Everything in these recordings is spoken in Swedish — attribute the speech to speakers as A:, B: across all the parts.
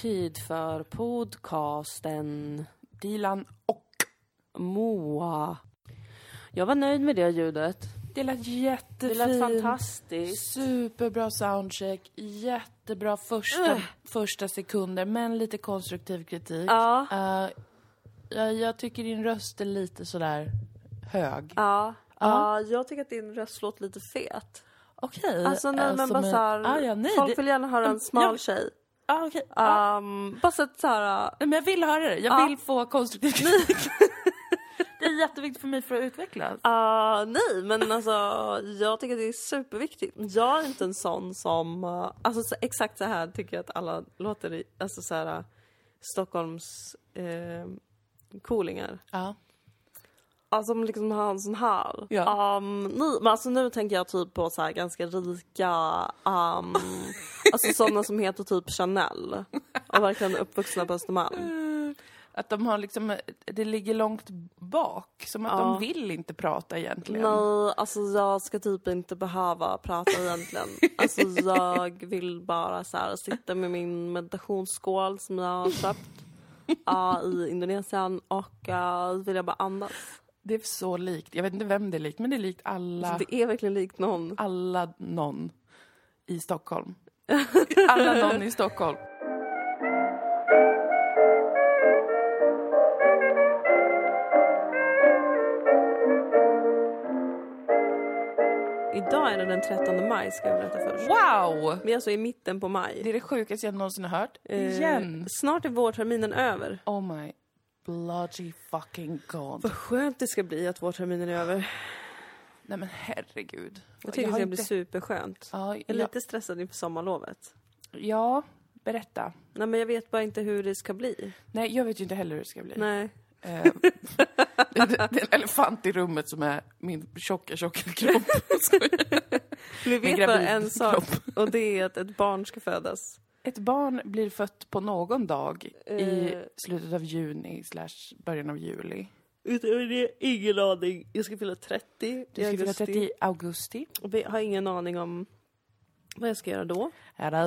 A: tid för podcasten
B: Dilan och
A: Moa. Jag var nöjd med det ljudet.
B: det lät jättefint.
A: Det lät fantastiskt.
B: Superbra soundcheck. Jättebra första sekunder. Men lite konstruktiv kritik.
A: Ja.
B: Jag tycker din röst är lite sådär hög.
A: Ja. Ja, jag tycker att din röst låter lite fet.
B: Okej.
A: Alltså när man bara såhär, folk vill gärna höra en smal tjej.
B: Okej.
A: Bara så att såhär...
B: Men jag vill höra det. Jag vill få konstruktiv kritik. Det är jätteviktigt för mig för att utvecklas.
A: Nej, men alltså jag tycker det är superviktigt. Jag är inte en sån som... alltså så, exakt så här tycker jag att alla låter i... Alltså så här Stockholms coolingar.
B: Ja.
A: Alltså som liksom har en sån här.
B: Ja.
A: Men alltså nu tänker jag typ på så här ganska rika... alltså sådana som heter typ Chanel. Och verkligen uppvuxna på Östermalm.
B: Att de har liksom, det ligger långt bak. Som att de vill inte prata egentligen.
A: Nej, alltså jag ska typ inte behöva prata egentligen. Alltså jag vill bara så här sitta med min meditationsskål som jag har köpt i Indonesien. Och vill jag bara andas.
B: Det är så likt. Jag vet inte vem det är likt, men det är likt alla.
A: Alltså det är verkligen likt någon.
B: Alla någon i Stockholm. Alla någon i Stockholm.
A: Idag är det den 13 maj ska jag berätta först.
B: Wow!
A: Vi är alltså i mitten på maj.
B: Det är det sjukaste jag någonsin har hört. Igen.
A: Snart är vårterminen över.
B: Oh my bloody fucking god.
A: Vad skönt det ska bli att vårterminen är över.
B: Nej men herregud.
A: Jag tycker det ska bli superskönt.
B: Ja,
A: jag är lite stressad inför sommarlovet.
B: Ja, berätta.
A: Nej men jag vet bara inte hur det ska bli.
B: Nej, jag vet ju inte heller hur det ska bli.
A: Nej.
B: Det är en elefant i rummet som är min tjocka kropp.
A: Vi vet bara en sak. Och det är att ett barn ska födas.
B: Ett barn blir fött på någon dag i slutet av juni / början av juli.
A: Utöver det, ingen aning. Jag ska fylla 30
B: Du ska fylla 30 i augusti.
A: Och vi har ingen aning om vad jag ska göra då.
B: Ja, det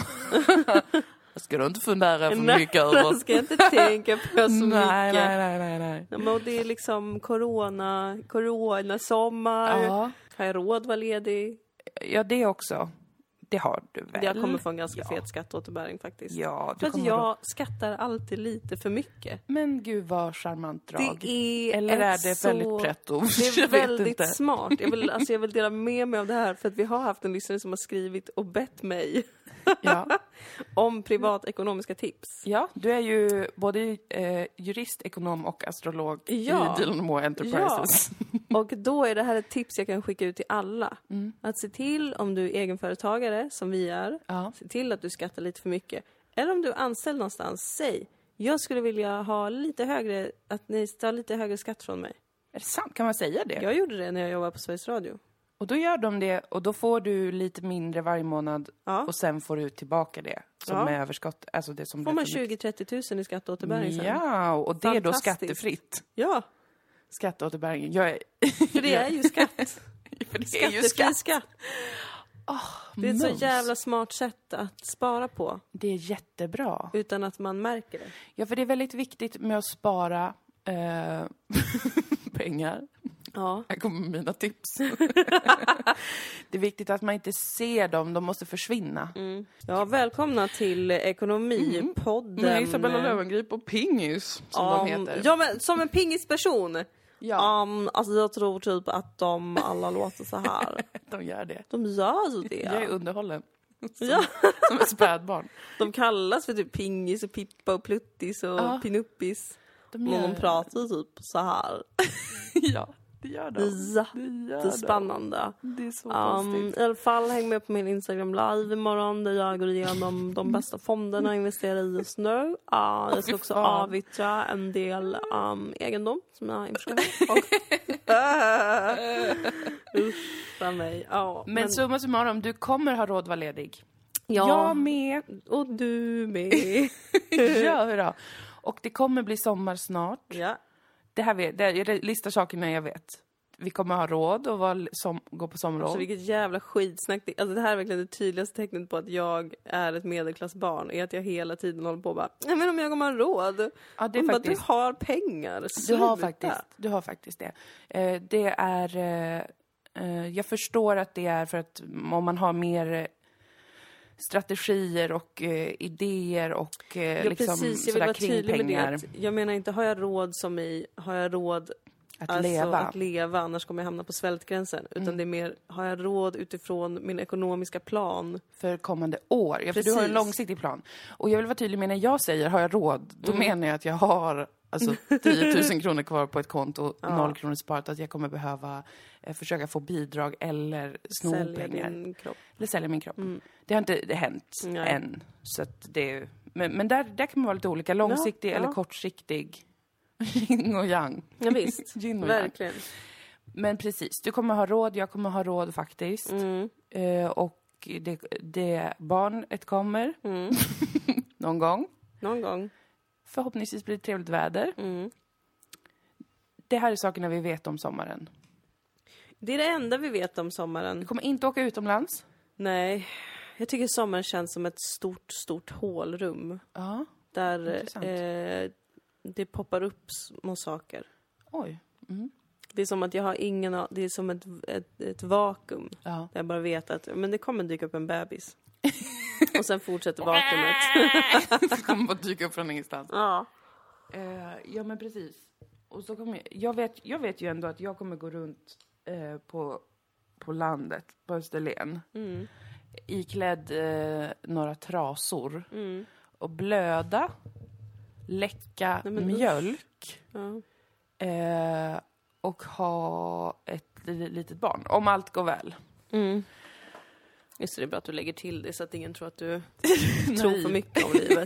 B: är jag ska inte fundera för mycket över.
A: Jag ska inte tänka på så mycket.
B: Nej.
A: Men det är liksom corona, sommar.
B: Ja.
A: Har jag råd att vara ledig?
B: Ja, det också. Det har du väl?
A: Jag kommer få en ganska fet skatteåterbäring faktiskt.
B: Ja,
A: för att jag skattar alltid lite för mycket.
B: Men gud vad charmant drag.
A: Det är
B: eller är det väldigt pretto?
A: Det är väldigt smart. Jag vill dela med mig av det här för att vi har haft en lyssnare som har skrivit och bett mig om privatekonomiska tips.
B: Ja, du är ju både jurist, ekonom och astrolog i Dilan Moa Enterprises.
A: Ja. Och då är det här ett tips jag kan skicka ut till alla. Att se till om du är egenföretagare som vi är. Se till att du skattar lite för mycket. Eller om du är anställd någonstans, säg. Jag skulle vilja ha lite högre, att ni tar lite högre skatt från mig.
B: Är det sant? Kan man säga det?
A: Jag gjorde det när jag jobbade på Sveriges Radio.
B: Och då gör de det och då får du lite mindre varje månad och sen får du tillbaka det som är överskott. Alltså det som
A: får man 20-30 000 i skatteåterbäring sen.
B: Ja, och det är då skattefritt.
A: Ja.
B: Skatteåterbäringen.
A: För det är ju skatt.
B: För det är ju skatt.
A: Det är ett så jävla smart sätt att spara på.
B: Det är jättebra.
A: Utan att man märker det.
B: Ja, för det är väldigt viktigt med att spara pengar.
A: Ja.
B: Här kommer mina tips. Det är viktigt att man inte ser dem, de måste försvinna.
A: Ja, välkomna till Ekonomipodden.
B: Med Isabella Löwengrip och Pingis, som de heter.
A: Ja, men som en pingisperson.
B: Ja.
A: Alltså jag tror typ att de alla låter så här.
B: De gör det.
A: De gör ju det.
B: Jag är underhållen. Som ett spädbarn.
A: De kallas för typ Pingis och Pippa och Pluttis och Pinuppis. De pratar typ så här.
B: Ja, det gör de.
A: Jättespännande.
B: Det är så konstigt.
A: I alla fall häng med på min Instagram live imorgon där jag går igenom de bästa fonderna att investera i just nu. Jag ska också avyttra en del egendom som jag införskaffat. Usch mig.
B: Men summa summarum, du kommer ha råd att vara ledig.
A: Ja.
B: Jag med.
A: Och du med.
B: Ja, hurra. Och det kommer bli sommar snart.
A: Ja.
B: Jag listar sakerna jag vet. vi kommer ha råd att gå på sommarlov.
A: Alltså vilket jävla skitsnack. Alltså det här är verkligen det tydligaste tecknet på att jag är ett medelklassbarn. Är att jag hela tiden håller på och bara, men om jag kommer ha råd.
B: Ja, det är faktiskt...
A: du har pengar.
B: Du har faktiskt det. Det är... jag förstår att det är för att om man har mer strategier och idéer och liksom
A: precis. Jag vill vara
B: kring
A: tydlig
B: pengar.
A: med det. Jag menar inte har jag råd att leva, annars kommer jag hamna på svältgränsen. Utan det är mer, har jag råd utifrån min ekonomiska plan?
B: För kommande år. Ja, för du har en långsiktig plan. Och jag vill vara tydlig med när jag säger har jag råd, då menar jag att jag har 10 000 kronor kvar på ett konto, 0 kronor sparat, att jag kommer behöva försöka få bidrag eller sno pengar. Eller sälja min kropp. Det har inte hänt än. Så att det, men där kan man vara lite olika. Långsiktig eller kortsiktig. Yin och yang.
A: Ja, visst. Verkligen.
B: Men precis, du kommer ha råd, jag kommer ha råd faktiskt. Och barnet kommer. Någon gång. Förhoppningsvis blir det trevligt väder. Det här är sakerna vi vet om sommaren.
A: Det är det enda vi vet om sommaren.
B: Du kommer inte åka utomlands?
A: Nej. Jag tycker sommaren känns som ett stort hålrum.
B: Ja,
A: där det poppar upp små saker.
B: Oj.
A: Det är som att jag har det är som ett vakuum.
B: Ja.
A: Där jag bara vet att det kommer dyka upp en bebis. Och sen fortsätter vakuumet.
B: Det kommer bara dyka upp från ingenstans.
A: Ja.
B: Ja, men precis. Och så kommer jag vet ju ändå att jag kommer gå runt på landet, på Österlen. Iklädd några trasor. Och blöda. Läcka mjölk. Och ha ett litet barn. Om allt går väl. Just
A: det är bra att du lägger till det så att ingen tror att du tror för mycket om livet.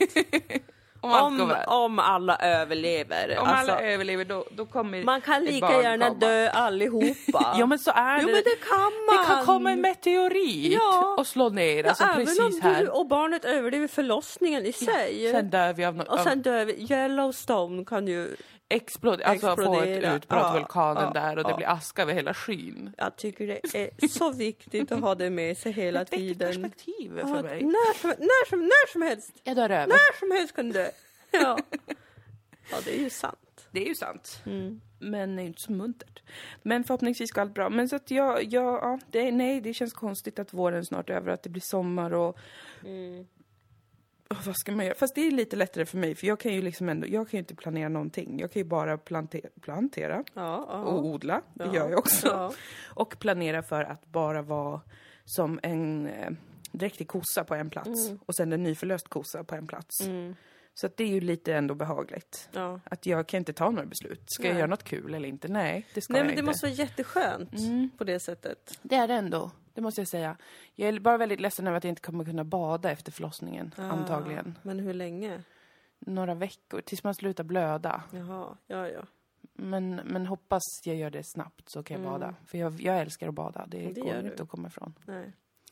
A: Om alla överlever.
B: Om alla överlever, då kommer
A: man kan lika gärna dö allihopa.
B: Ja, men så är det.
A: Jo, men det kan man.
B: Det kan komma en meteorit och slå ner. Alltså, precis
A: även om
B: här.
A: Du och barnet överlever förlossningen i sig.
B: Sen dör vi av
A: och sen dör vi. Yellowstone kan ju
B: explodera. Få ett utbrott vulkanen där och det blir aska över hela skyn.
A: Jag tycker det är så viktigt att ha det med sig hela tiden.
B: Det är ett perspektiv för mig.
A: När som helst.
B: Jag dör över.
A: När som helst kan du. Ja, det är ju sant.
B: Det är ju sant. Men inte så muntert. Men förhoppningsvis går allt bra. Men så att det känns konstigt att våren snart är över, att det blir sommar och vad ska man göra? Fast det är lite lättare för mig, för jag kan ju liksom jag kan ju inte planera någonting. Jag kan ju bara plantera och odla. Det gör jag också. Ja. Och planera för att bara vara som en dräktig kossa på en plats. Och sen en nyförlöst kossa på en plats. Så att det är ju lite ändå behagligt. Ja. Att jag kan inte ta några beslut. Ska jag göra något kul eller inte? Nej, det ska jag inte.
A: Nej, men det måste vara jätteskönt på det sättet.
B: Det är det ändå. Det måste jag säga. Jag är bara väldigt ledsen över att jag inte kommer kunna bada efter förlossningen, antagligen.
A: Men hur länge?
B: Några veckor, tills man slutar blöda.
A: Jaha, ja.
B: Men hoppas jag gör det snabbt så kan jag bada. För jag älskar att bada. Det går inte att komma ifrån.
A: Nej.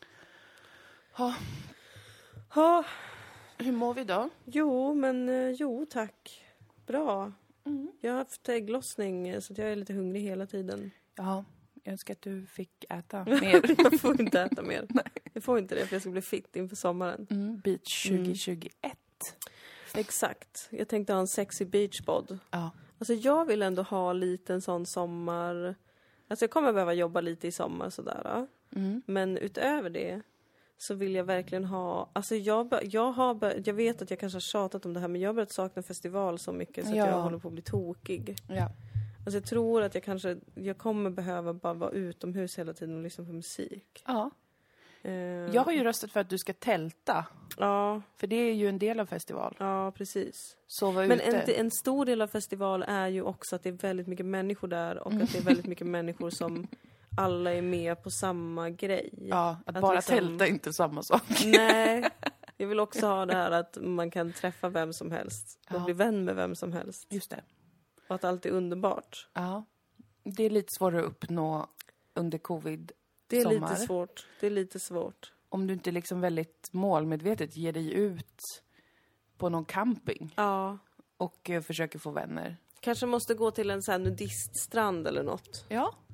B: Hur mår vi då?
A: Jo, tack. Bra. Jag har haft ägglossning så jag är lite hungrig hela tiden.
B: Ja, jag önskar att du fick äta mer.
A: Jag får inte äta mer. Nej. Jag får inte det för jag ska bli fit inför sommaren.
B: Beach 2021.
A: Exakt. Jag tänkte ha en sexy beachbod.
B: Ja.
A: Alltså jag vill ändå ha lite en sån sommar. Alltså jag kommer behöva jobba lite i sommar sådär. Men utöver det så vill jag verkligen ha... Alltså jag vet att jag kanske har tjatat om det här, men jag har börjat sakna festival så mycket så att jag håller på att bli tokig.
B: Ja.
A: Alltså jag tror att jag kommer behöva bara vara utomhus hela tiden och lyssna på musik.
B: Ja. Jag har ju röstat för att du ska tälta.
A: Ja.
B: För det är ju en del av festival.
A: Ja, precis.
B: Sova
A: men
B: ute.
A: En stor del av festival är ju också att det är väldigt mycket människor där och att det är väldigt mycket människor som alla är med på samma grej.
B: Ja, att bara liksom... tälta är inte samma sak.
A: Nej, jag vill också ha det här att man kan träffa vem som helst och bli vän med vem som helst.
B: Just det.
A: Och att allt är underbart.
B: Ja, det är lite svårare att uppnå under covid.
A: Det är lite svårt.
B: Om du inte liksom väldigt målmedvetet ger dig ut på någon camping.
A: Ja.
B: Och försöker få vänner.
A: Kanske måste gå till en sån här nudiststrand eller något.
B: Ja.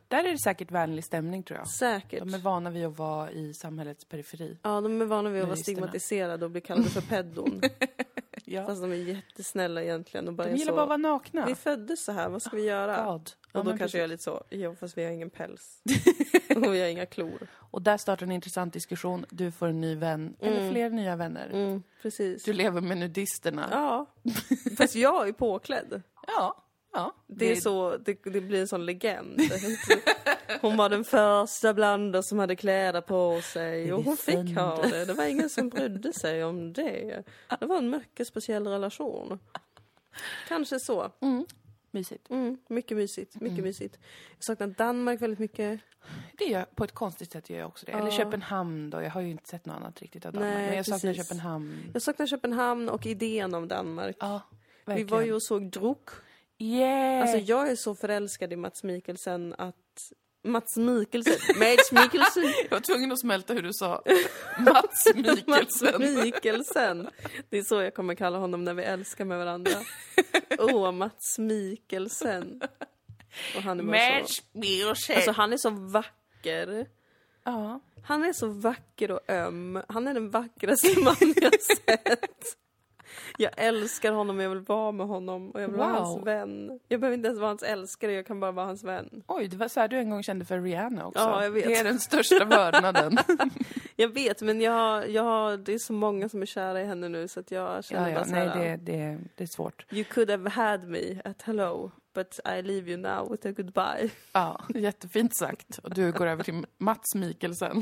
B: Där är det säkert vänlig stämning, tror jag.
A: Säkert.
B: De är vana vid att vara i samhällets periferi.
A: Ja, de är vana vid att vara stigmatiserade och bli kallade för peddon.
B: Ja.
A: Fast de är jättesnälla egentligen. Och bara
B: de gillar bara att vara nakna.
A: Vi föddes så här, vad ska vi göra?
B: God.
A: Och då kanske jag är lite så, fast vi har ingen päls. Och vi har inga klor.
B: Och där startar en intressant diskussion. Du får en ny vän, eller fler nya vänner.
A: Precis.
B: Du lever med nudisterna.
A: Ja, fast jag är påklädd.
B: Ja.
A: Det är så, det blir en sån legend. Hon var den första bland oss som hade kläder på sig. Och hon fick ha det. Det var ingen som brydde sig om det. Det var en mycket speciell relation. Kanske så.
B: Mysigt.
A: Mycket mysigt. Mycket mysigt. Jag saknar Danmark väldigt mycket.
B: Det gör på ett konstigt sätt, gör jag också det. Eller Köpenhamn då. Jag har ju inte sett något annat riktigt av Danmark. Men jag saknar Köpenhamn.
A: Jag saknar Köpenhamn och idén om Danmark.
B: Ja, verkligen.
A: Vi var ju och såg Druk.
B: Yeah!
A: Alltså jag är så förälskad i Mats Mikkelsen att... Mats Mikkelsen.
B: Jag var tvungen att smälta hur du sa Mats Mikkelsen.
A: Mats Mikkelsen. Det är så jag kommer kalla honom när vi älskar med varandra. Mats Mikkelsen. Och han är bara så... Alltså han är så vacker.
B: Ja.
A: Han är så vacker och öm. Han är den vackraste man jag sett. Jag älskar honom, jag vill vara med honom och jag vill vara hans vän. Jag behöver inte ens vara hans älskare, jag kan bara vara hans vän.
B: Oj, det var så här du en gång kände för Rihanna också.
A: Ja, jag vet.
B: Det är den största vördnaden.
A: Jag vet, men det är så många som är kära i henne nu så att jag känner bara så här...
B: Nej, det är svårt.
A: You could have had me at hello, but I leave you now with a goodbye.
B: Ja, jättefint sagt. Och du går över till Mats Mikkelsen.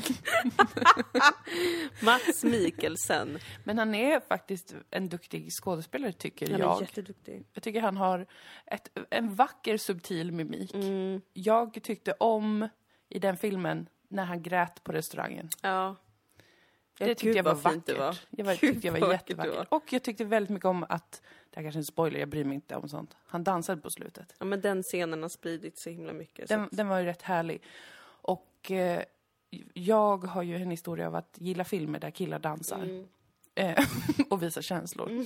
A: Mats Mikkelsen.
B: Men han är faktiskt en duktig skådespelare, tycker jag.
A: Han är jätteduktig.
B: Jag tycker han har en vacker, subtil mimik. Jag tyckte om i den filmen när han grät på restaurangen.
A: Ja.
B: Det tyckte jag var vackert. Jag tyckte jag var jättevackert. Och jag tyckte väldigt mycket om att, det här kanske är en spoiler, jag bryr mig inte om sånt. Han dansade på slutet.
A: Ja, men den scenen har spridit så himla mycket.
B: Den var ju rätt härlig. Och jag har ju en historia av att gilla filmer där killar dansar. Och visar känslor.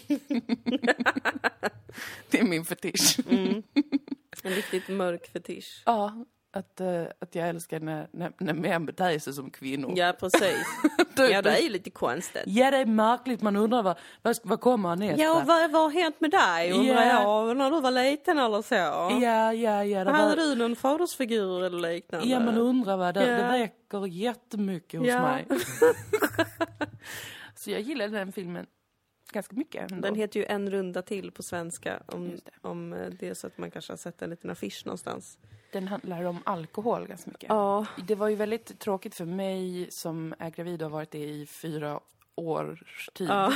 B: Det är min fetisch.
A: En riktigt mörk fetisch.
B: Ja, att jag älskar när män beter sig som kvinnor.
A: Ja, precis. Ja, det är ju lite konstigt.
B: Ja, det är märkligt. Man undrar vad kommer han efter?
A: Ja, vad har hänt med dig? Undrar jag, när du var liten eller så?
B: Ja.
A: Hade du någon fadersfigur eller liknande?
B: Ja, man undrar vad. Det räcker jättemycket hos mig. Så jag gillar den filmen ganska mycket ändå.
A: Den heter ju En runda till på svenska. Om det är så att man kanske har sett en liten affisch någonstans.
B: Den handlar om alkohol ganska mycket.
A: Ja.
B: Det var ju väldigt tråkigt för mig som är gravid och har varit det i 4 års tid. Ja.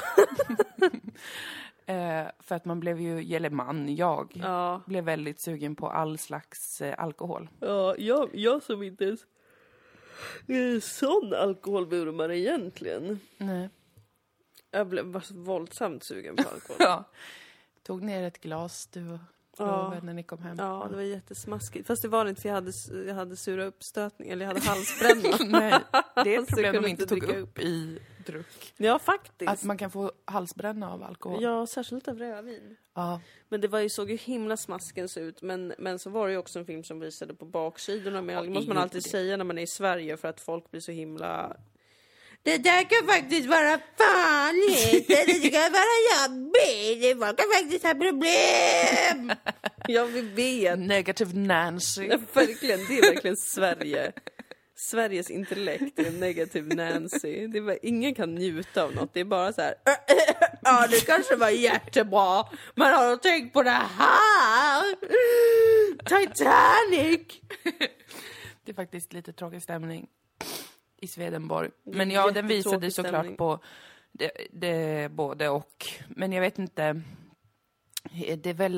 B: För att man blev ju, eller jag blev väldigt sugen på all slags alkohol. Ja,
A: jag som inte ens är sån alkoholvurmare egentligen.
B: Nej.
A: Jag blev våldsamt sugen på alkohol.
B: Ja. Tog ner ett glas du och när ni kom hem.
A: Ja, det var jättesmaskigt. Fast det var inte för jag hade sura uppstötning eller jag hade halsbränna.
B: Nej, det är ett problem de inte tog upp i druck.
A: Ja, faktiskt.
B: Att man kan få halsbränna av alkohol.
A: Ja, särskilt av rödvin.
B: Ja.
A: Men det såg ju himla smaskens ut. Men så var det ju också en film som visade på baksidorna. Men det måste man alltid säga när man är i Sverige för att folk blir så himla... Det där kan faktiskt vara farligt. Det kan vara jobbigt. Man kan faktiskt ha problem. Ja, vi vet.
B: Negative Nancy.
A: Ja, verkligen, det är verkligen Sverige. Sveriges intellekt är negativ Nancy. Ingen kan njuta av något. Det är bara så här. Ja, det kanske var jättebra. Man har tänkt på det här. Titanic.
B: Det är faktiskt lite tråkig stämning i Swedenborg. Men ja, den visade såklart på det både och. Men jag vet inte. Det är väl...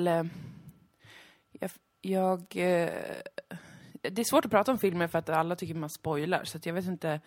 B: det är svårt att prata om filmer för att alla tycker man spoilar. Så att jag vet inte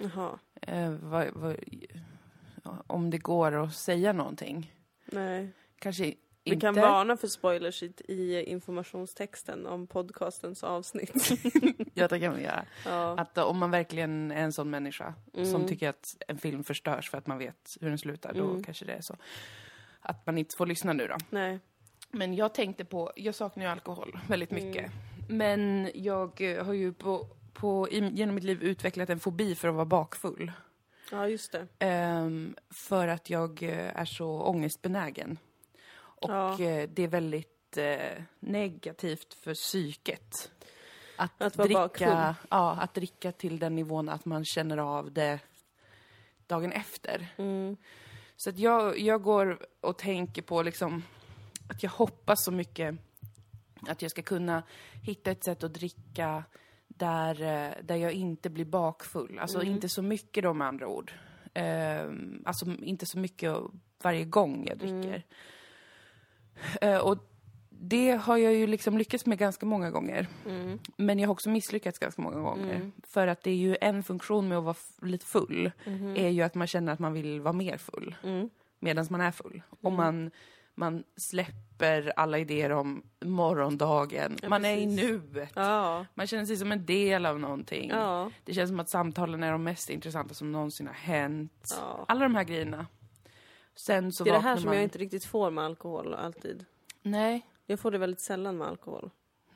B: om det går att säga någonting. Nej. Kanske inte.
A: Vi kan varna för spoilers i informationstexten om podcastens avsnitt.
B: Ja, det kan vi göra. Ja. Att om man verkligen är en sån människa som tycker att en film förstörs för att man vet hur den slutar, då kanske det är så. Att man inte får lyssna nu då.
A: Nej.
B: Men jag tänkte på, jag saknar ju alkohol väldigt mycket. Men jag har ju genom mitt liv utvecklat en fobi för att vara bakfull.
A: Ja, just det.
B: För att jag är så ångestbenägen. Och det är väldigt negativt för psyket. Att
A: vara bakfull.
B: Ja, att dricka till den nivån att man känner av det dagen efter. Så att jag går och tänker på liksom att jag hoppas så mycket att jag ska kunna hitta ett sätt att dricka där jag inte blir bakfull. Alltså inte så mycket då, med andra ord. Alltså inte så mycket varje gång jag dricker. Och det har jag ju liksom lyckats med ganska många gånger. Men jag har också misslyckats ganska många gånger. För att det är ju en funktion med att vara lite full. Är ju att man känner att man vill vara mer full. Medan man är full. Och man släpper alla idéer om morgondagen.
A: Ja,
B: man
A: precis.
B: är i nuet.
A: Ja.
B: Man känner sig som en del av någonting.
A: Ja.
B: Det känns som att samtalen är de mest intressanta som någonsin har hänt.
A: Ja.
B: Alla de här grejerna. Sen så
A: det är det här
B: vaknar
A: som jag inte riktigt får med alkohol alltid.
B: Nej.
A: Jag får det väldigt sällan med alkohol.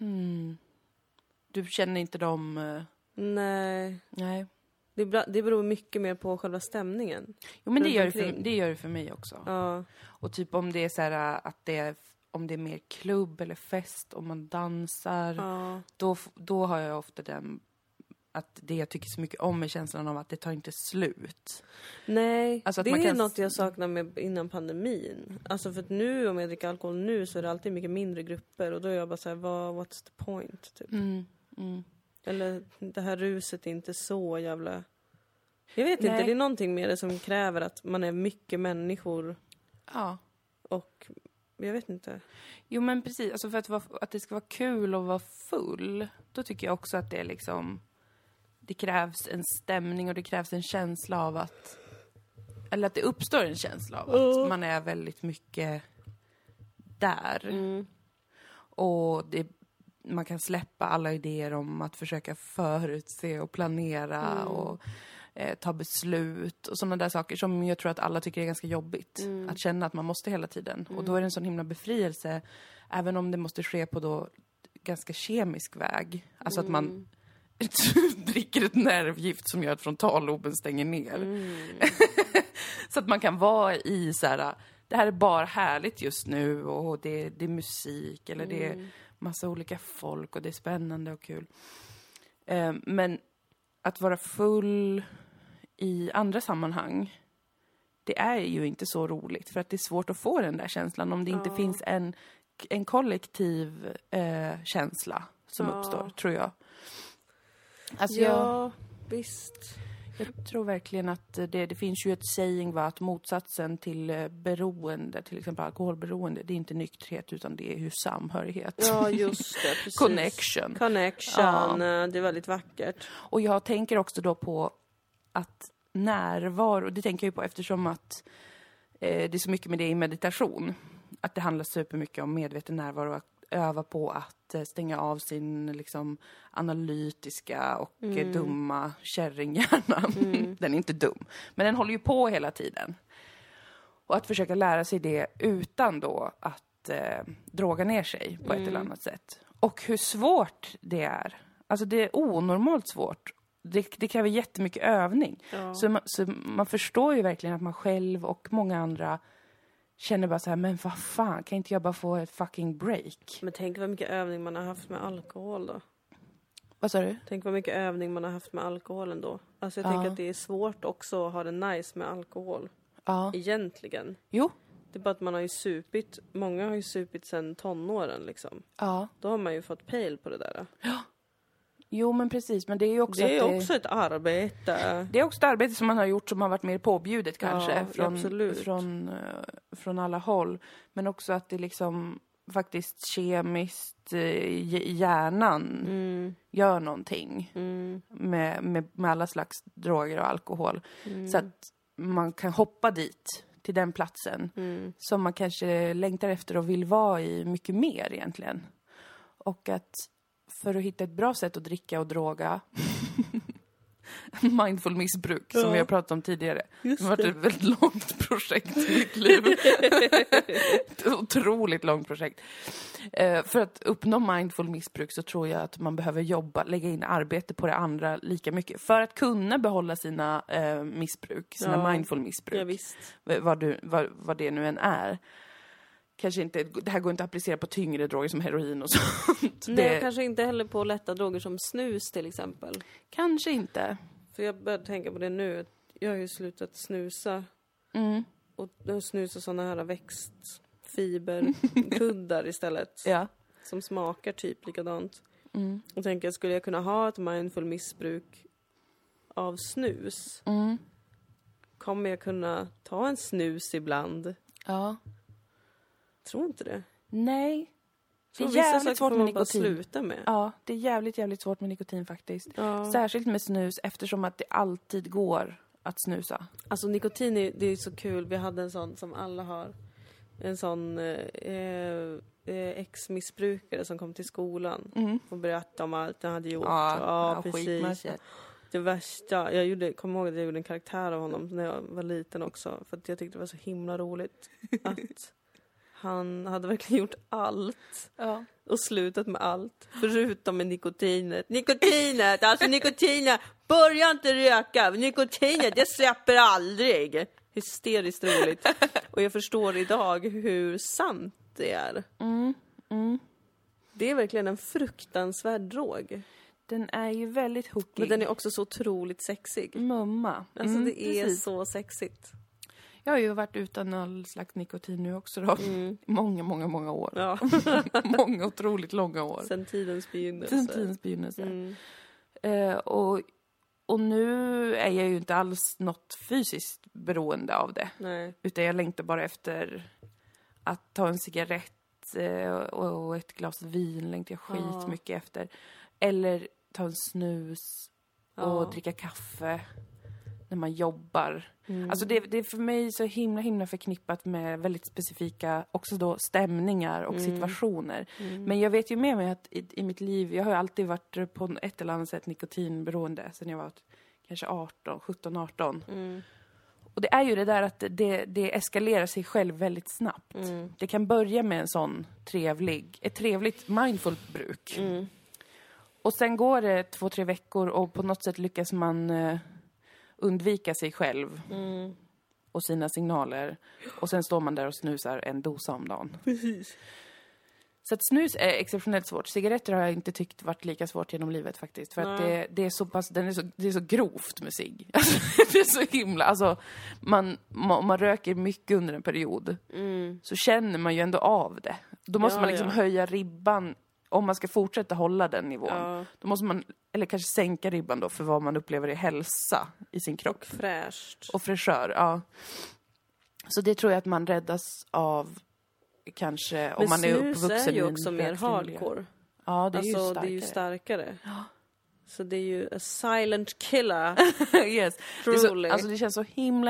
B: Du känner inte dem...
A: Nej.
B: Nej.
A: Det beror mycket mer på själva stämningen.
B: Jo, men det gör det för mig också.
A: Ja.
B: Och typ om det är så här att om det är mer klubb eller fest, om man dansar, då har jag ofta den, att det jag tycker så mycket om är känslan av att det tar inte slut.
A: Nej,
B: alltså att
A: det
B: man
A: är något jag saknar med innan pandemin. Alltså för att nu, om jag dricker alkohol nu, så är det alltid mycket mindre grupper. Och då är jag bara så här, what's the point? Typ. Eller det här ruset är inte så jävla... Jag vet inte, det är någonting med det som kräver att man är mycket människor.
B: Ja.
A: Och jag vet inte.
B: Jo, men precis. Alltså för att det ska vara kul att vara full, då tycker jag också att det är liksom... Det krävs en stämning och det krävs en känsla av att... Eller att det uppstår en känsla av att man är väldigt mycket där. Och man kan släppa alla idéer om att försöka förutse och planera och ta beslut och sådana där saker som jag tror att alla tycker är ganska jobbigt. Att känna att man måste hela tiden. Och då är det en sån himla befrielse, även om det måste ske på då ganska kemisk väg. Alltså att man dricker ett nervgift som gör att frontalloben stänger ner. Så att man kan vara i så här, det här är bara härligt just nu och det är musik eller det är massa olika folk och det är spännande och kul. Men att vara full i andra sammanhang, det är ju inte så roligt, för att det är svårt att få den där känslan om det inte finns en kollektiv känsla som uppstår, tror jag. Alltså
A: visst.
B: Jag tror verkligen att det finns ju ett saying, att motsatsen till beroende, till exempel alkoholberoende, det är inte nykterhet utan det är ju samhörighet.
A: Ja, just det. Precis.
B: Connection.
A: Det är väldigt vackert.
B: Och jag tänker också då på att närvaro, det tänker jag ju på eftersom att det är så mycket med det i meditation. Att det handlar supermycket om medveten närvaro, att öva på att stänga av sin liksom analytiska och dumma kärringhjärna. Den är inte dum, men den håller ju på hela tiden. Och att försöka lära sig det utan då att droga ner sig på ett eller annat sätt. Och hur svårt det är. Alltså det är onormalt svårt. Det kräver jättemycket övning. Ja. Så man förstår ju verkligen att man själv och många andra känner bara så här, men vad fan, kan inte jag bara få ett fucking break?
A: Men tänk vad mycket övning man har haft med alkohol då.
B: Vad sa du?
A: Tänk vad mycket övning man har haft med alkoholen då. Alltså jag tänker att det är svårt också att ha det nice med alkohol. Ja. Egentligen.
B: Jo.
A: Det är bara att man har ju supit, många har ju supit sedan tonåren liksom.
B: Ja.
A: Då har man ju fått pejl på det där.
B: Ja. Jo, men precis. Men det är ju också,
A: också ett arbete.
B: Det är också ett arbete som man har gjort som har varit mer påbjudet kanske. Från alla håll. Men också att det liksom faktiskt kemiskt i hjärnan gör någonting. Med alla slags droger och alkohol. Så att man kan hoppa dit, till den platsen. Som man kanske längtar efter och vill vara i mycket mer egentligen. Och att för att hitta ett bra sätt att dricka och droga mindful missbruk som vi har pratat om tidigare. Det har varit ett väldigt långt projekt i mitt liv. Ett otroligt långt projekt. För att uppnå mindful missbruk så tror jag att man behöver lägga in arbete på det andra lika mycket. För att kunna behålla sina missbruk, sina mindful missbruk.
A: Ja, visst.
B: Vad det nu än är. Kanske inte, det här går inte att applicera på tyngre droger som heroin och sånt.
A: Nej, kanske inte heller på lätta droger som snus till exempel.
B: Kanske inte.
A: För jag började tänka på det nu. Jag har ju slutat snusa. Och snusa sådana här växtfiberkuddar istället.
B: Ja.
A: Som smakar typ likadant. Och tänker, skulle jag kunna ha ett mindful missbruk av snus? Kommer jag kunna ta en snus ibland?
B: Ja.
A: Tror inte det.
B: Nej. Det är
A: vissa
B: jävligt svårt med
A: man
B: nikotin.
A: bara sluta med.
B: Ja, det är jävligt svårt med nikotin faktiskt.
A: Ja.
B: Särskilt med snus eftersom att det alltid går att snusa.
A: Alltså nikotin det är så kul. Vi hade en sån som alla har. En sån ex-missbrukare som kom till skolan. Och berättade om allt han hade gjort. Ja, precis. Det värsta. Kommer ihåg att jag gjorde en karaktär av honom när jag var liten också. För att jag tyckte det var så himla roligt. Att han hade verkligen gjort allt.
B: Ja.
A: Och slutat med allt. Förutom med nikotinet. Nikotinet! Börja inte röka! Nikotinet, det släpper aldrig! Hysteriskt roligt. Och jag förstår idag hur sant det är. Det är verkligen en fruktansvärd drog.
B: Den är ju väldigt hookig.
A: Men den är också så otroligt sexig.
B: Mumma.
A: Alltså det är så sexigt.
B: Jag har ju varit utan all slags nikotin nu också då. Många år.
A: Ja.
B: Många otroligt långa år.
A: Sen tidens begynnelse.
B: Och nu är jag ju inte alls något fysiskt beroende av det.
A: Nej.
B: Utan jag längtar bara efter att ta en cigarett och ett glas vin längtar jag skitmycket efter. Eller ta en snus och dricka kaffe när man jobbar. Alltså det är för mig så himla förknippat med väldigt specifika också då stämningar och situationer. Men jag vet ju med mig att i mitt liv, jag har ju alltid varit på ett eller annat sätt nikotinberoende sen jag var kanske 17-18. Och det är ju det där att det eskalerar sig själv väldigt snabbt. Det kan börja med en sån ett trevligt mindful bruk. Och sen går det 2-3 veckor och på något sätt lyckas man undvika sig själv och sina signaler. Och sen står man där och snusar en dosa om dagen.
A: Precis.
B: Så att snus är exceptionellt svårt. Cigaretter har jag inte tyckt varit lika svårt genom livet faktiskt. För att det är så pass, det är så grovt med cigg. Alltså, det är så himla, alltså man röker mycket under en period. Så känner man ju ändå av det. Då måste man liksom höja ribban. Om man ska fortsätta hålla den nivån. Då måste man, eller kanske sänka ribban då för vad man upplever i hälsa i sin kropp.
A: Och fräscht.
B: Och fräschör, ja. Så det tror jag att man räddas av kanske om man är uppvuxen. Men snus är ju
A: också mer hardcore.
B: Ja, det är ju starkare.
A: Det är ju starkare. Ja. Så det är ju a silent killer.
B: Yes. Det känns så himla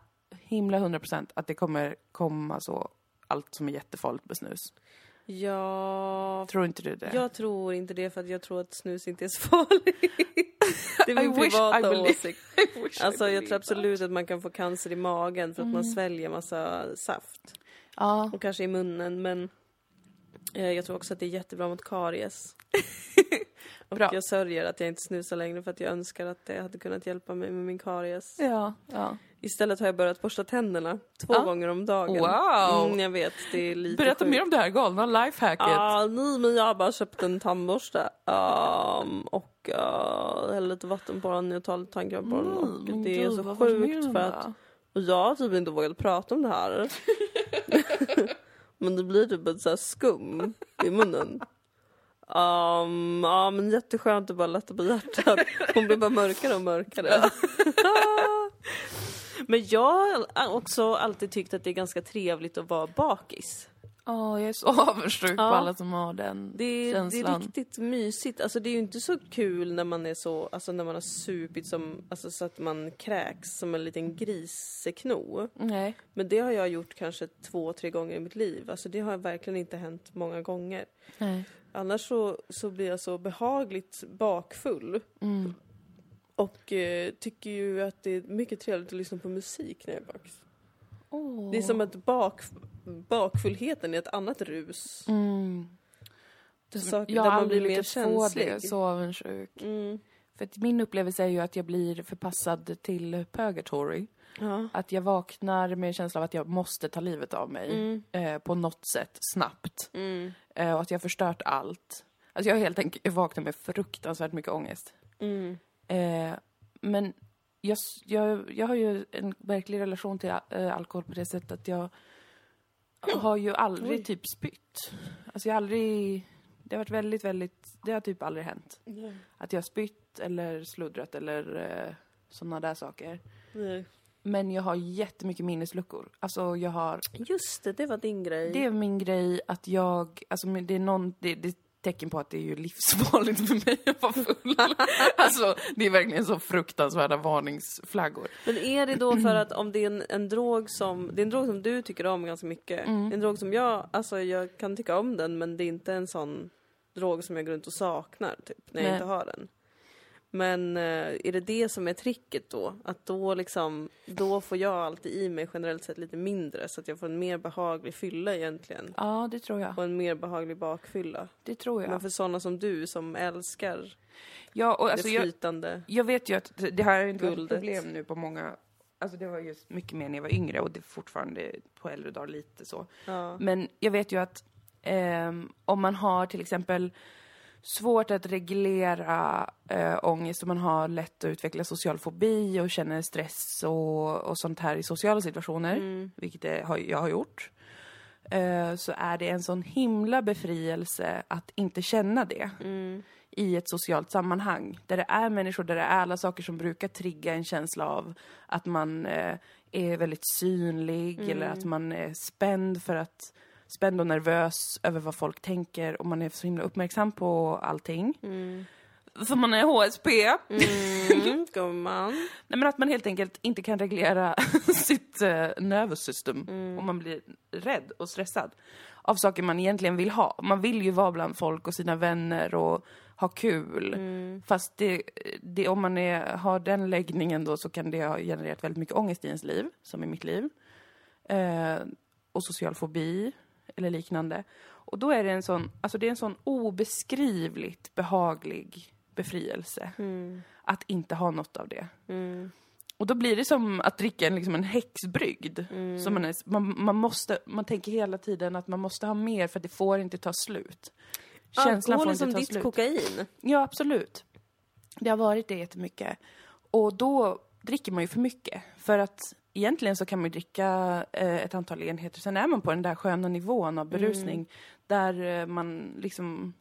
B: 100% att det kommer komma så allt som är jättefarligt med snus.
A: Ja.
B: Tror inte du det?
A: Jag tror inte det för att jag tror att snus inte är så farligt. Det är min privata åsikt. Alltså jag tror absolut att man kan få cancer i magen för att man sväljer massa saft.
B: Ja.
A: Och kanske i munnen, men jag tror också att det är jättebra mot karies. Och
B: bra.
A: Jag sörjer att jag inte snusar längre för att jag önskar att det hade kunnat hjälpa mig med min karies.
B: Ja.
A: Istället har jag börjat borsta tänderna 2 gånger om dagen.
B: Wow!
A: Jag vet, det är lite
B: berätta
A: sjukt.
B: Mer om det här galna lifehacket.
A: Men jag har bara köpt en tandborste. Och häller lite vatten på den och tar lite tandkräm på den. Och det är så sjukt för att jag har typ inte vågat prata om det här. Men det blir typ ett så här skum i munnen. Men jätteskönt att bara lätta på hjärtat. Hon blir bara mörkare och mörkare. Men jag har också alltid tyckt att det är ganska trevligt att vara bakis.
B: Jag är så avundsjuk på alla som har den känslan.
A: Det är riktigt mysigt. Alltså det är ju inte så kul när man är så, alltså när man har supit som, alltså så att man kräks som en liten grisekno.
B: Nej.
A: Men det har jag gjort kanske 2-3 gånger i mitt liv. Alltså det har verkligen inte hänt många gånger.
B: Nej.
A: Annars så blir jag så behagligt bakfull. Och tycker ju att det är mycket trevligt att lyssna på musik när jag är bakis. Det är som att bakfullheten är ett annat rus.
B: Jag har aldrig lyckats få det, så avundsjuk. För att min upplevelse är ju att jag blir förpassad till purgatory. Ja. Att jag vaknar med känslan av att jag måste ta livet av mig på något sätt snabbt. Och att jag har förstört allt. Alltså jag helt enkelt vaknar med fruktansvärt mycket ångest. Men jag har ju en verklig relation till alkohol på det sättet att jag har ju aldrig typ spytt. Alltså jag har aldrig... Det har varit väldigt... Det har typ aldrig hänt. Att jag har spytt eller sluddrat eller sådana där saker. Men jag har jättemycket minnesluckor. Alltså jag har...
A: Just det var din grej.
B: Det är min grej att jag... Alltså det är tecken på att det är ju livsfarligt för mig att vara full. Alltså det är verkligen så fruktansvärda varningsflaggor.
A: Men är det då för att om det är en drog som... Det är en drog som du tycker om ganska mycket. En drog som jag kan tycka om den, men det är inte en sån drog som jag går runt och saknar typ, när jag inte har den. Men är det som är tricket då? Att då får jag alltid i mig generellt sett lite mindre, så att jag får en mer behaglig fylla egentligen.
B: Ja, det tror jag.
A: Och en mer behaglig bakfylla.
B: Det tror jag.
A: Men för sådana som du som älskar
B: och alltså
A: det flytande.
B: Jag vet ju att det här är inte ett problem nu på många... Alltså det var ju mycket mer när jag var yngre och det är fortfarande på äldre dagar lite så. Ja. Men jag vet ju att om man har till exempel svårt att reglera ångest och man har lätt att utveckla social fobi och känner stress och sånt här i sociala situationer, vilket jag har gjort, så är det en sån himla befrielse att inte känna det i ett socialt sammanhang. Där det är människor, där det är alla saker som brukar trigga en känsla av att man är väldigt synlig eller att man är spänd och nervös över vad folk tänker och man är så himla uppmärksam på allting. För man är HSP.
A: Gumman.
B: Nej, men att man helt enkelt inte kan reglera sitt nervous system om man blir rädd och stressad av saker man egentligen vill ha. Man vill ju vara bland folk och sina vänner och ha kul. Fast om man har den läggningen då, så kan det ha genererat väldigt mycket ångest i ens liv, som i mitt liv. Och social fobi eller liknande. Och då är det en sån obeskrivligt behaglig befrielse att inte ha något av det. Och då blir det som att dricka en häxbrygd. Så man tänker hela tiden att man måste ha mer för att det får inte ta slut.
A: Känslan får inte ta ditt slut. Kokain.
B: Ja, absolut. Det har varit det jättemycket. Och då dricker man ju för mycket. För att egentligen så kan man ju dricka ett antal enheter. Sen är man på den där sköna nivån av berusning. Där man liksom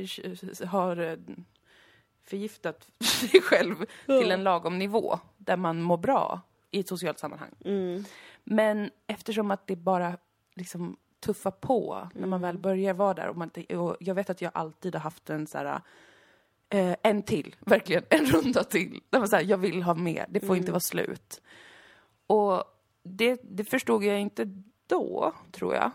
B: har förgiftat sig själv till en lagom nivå. Där man mår bra i ett socialt sammanhang. Men eftersom att det bara liksom tuffar på när man väl börjar vara där. Och jag vet att jag alltid har haft en så här... en till, verkligen. En runda till. Där man säger, jag vill ha mer. Det får inte vara slut. Och det förstod jag inte då, tror jag.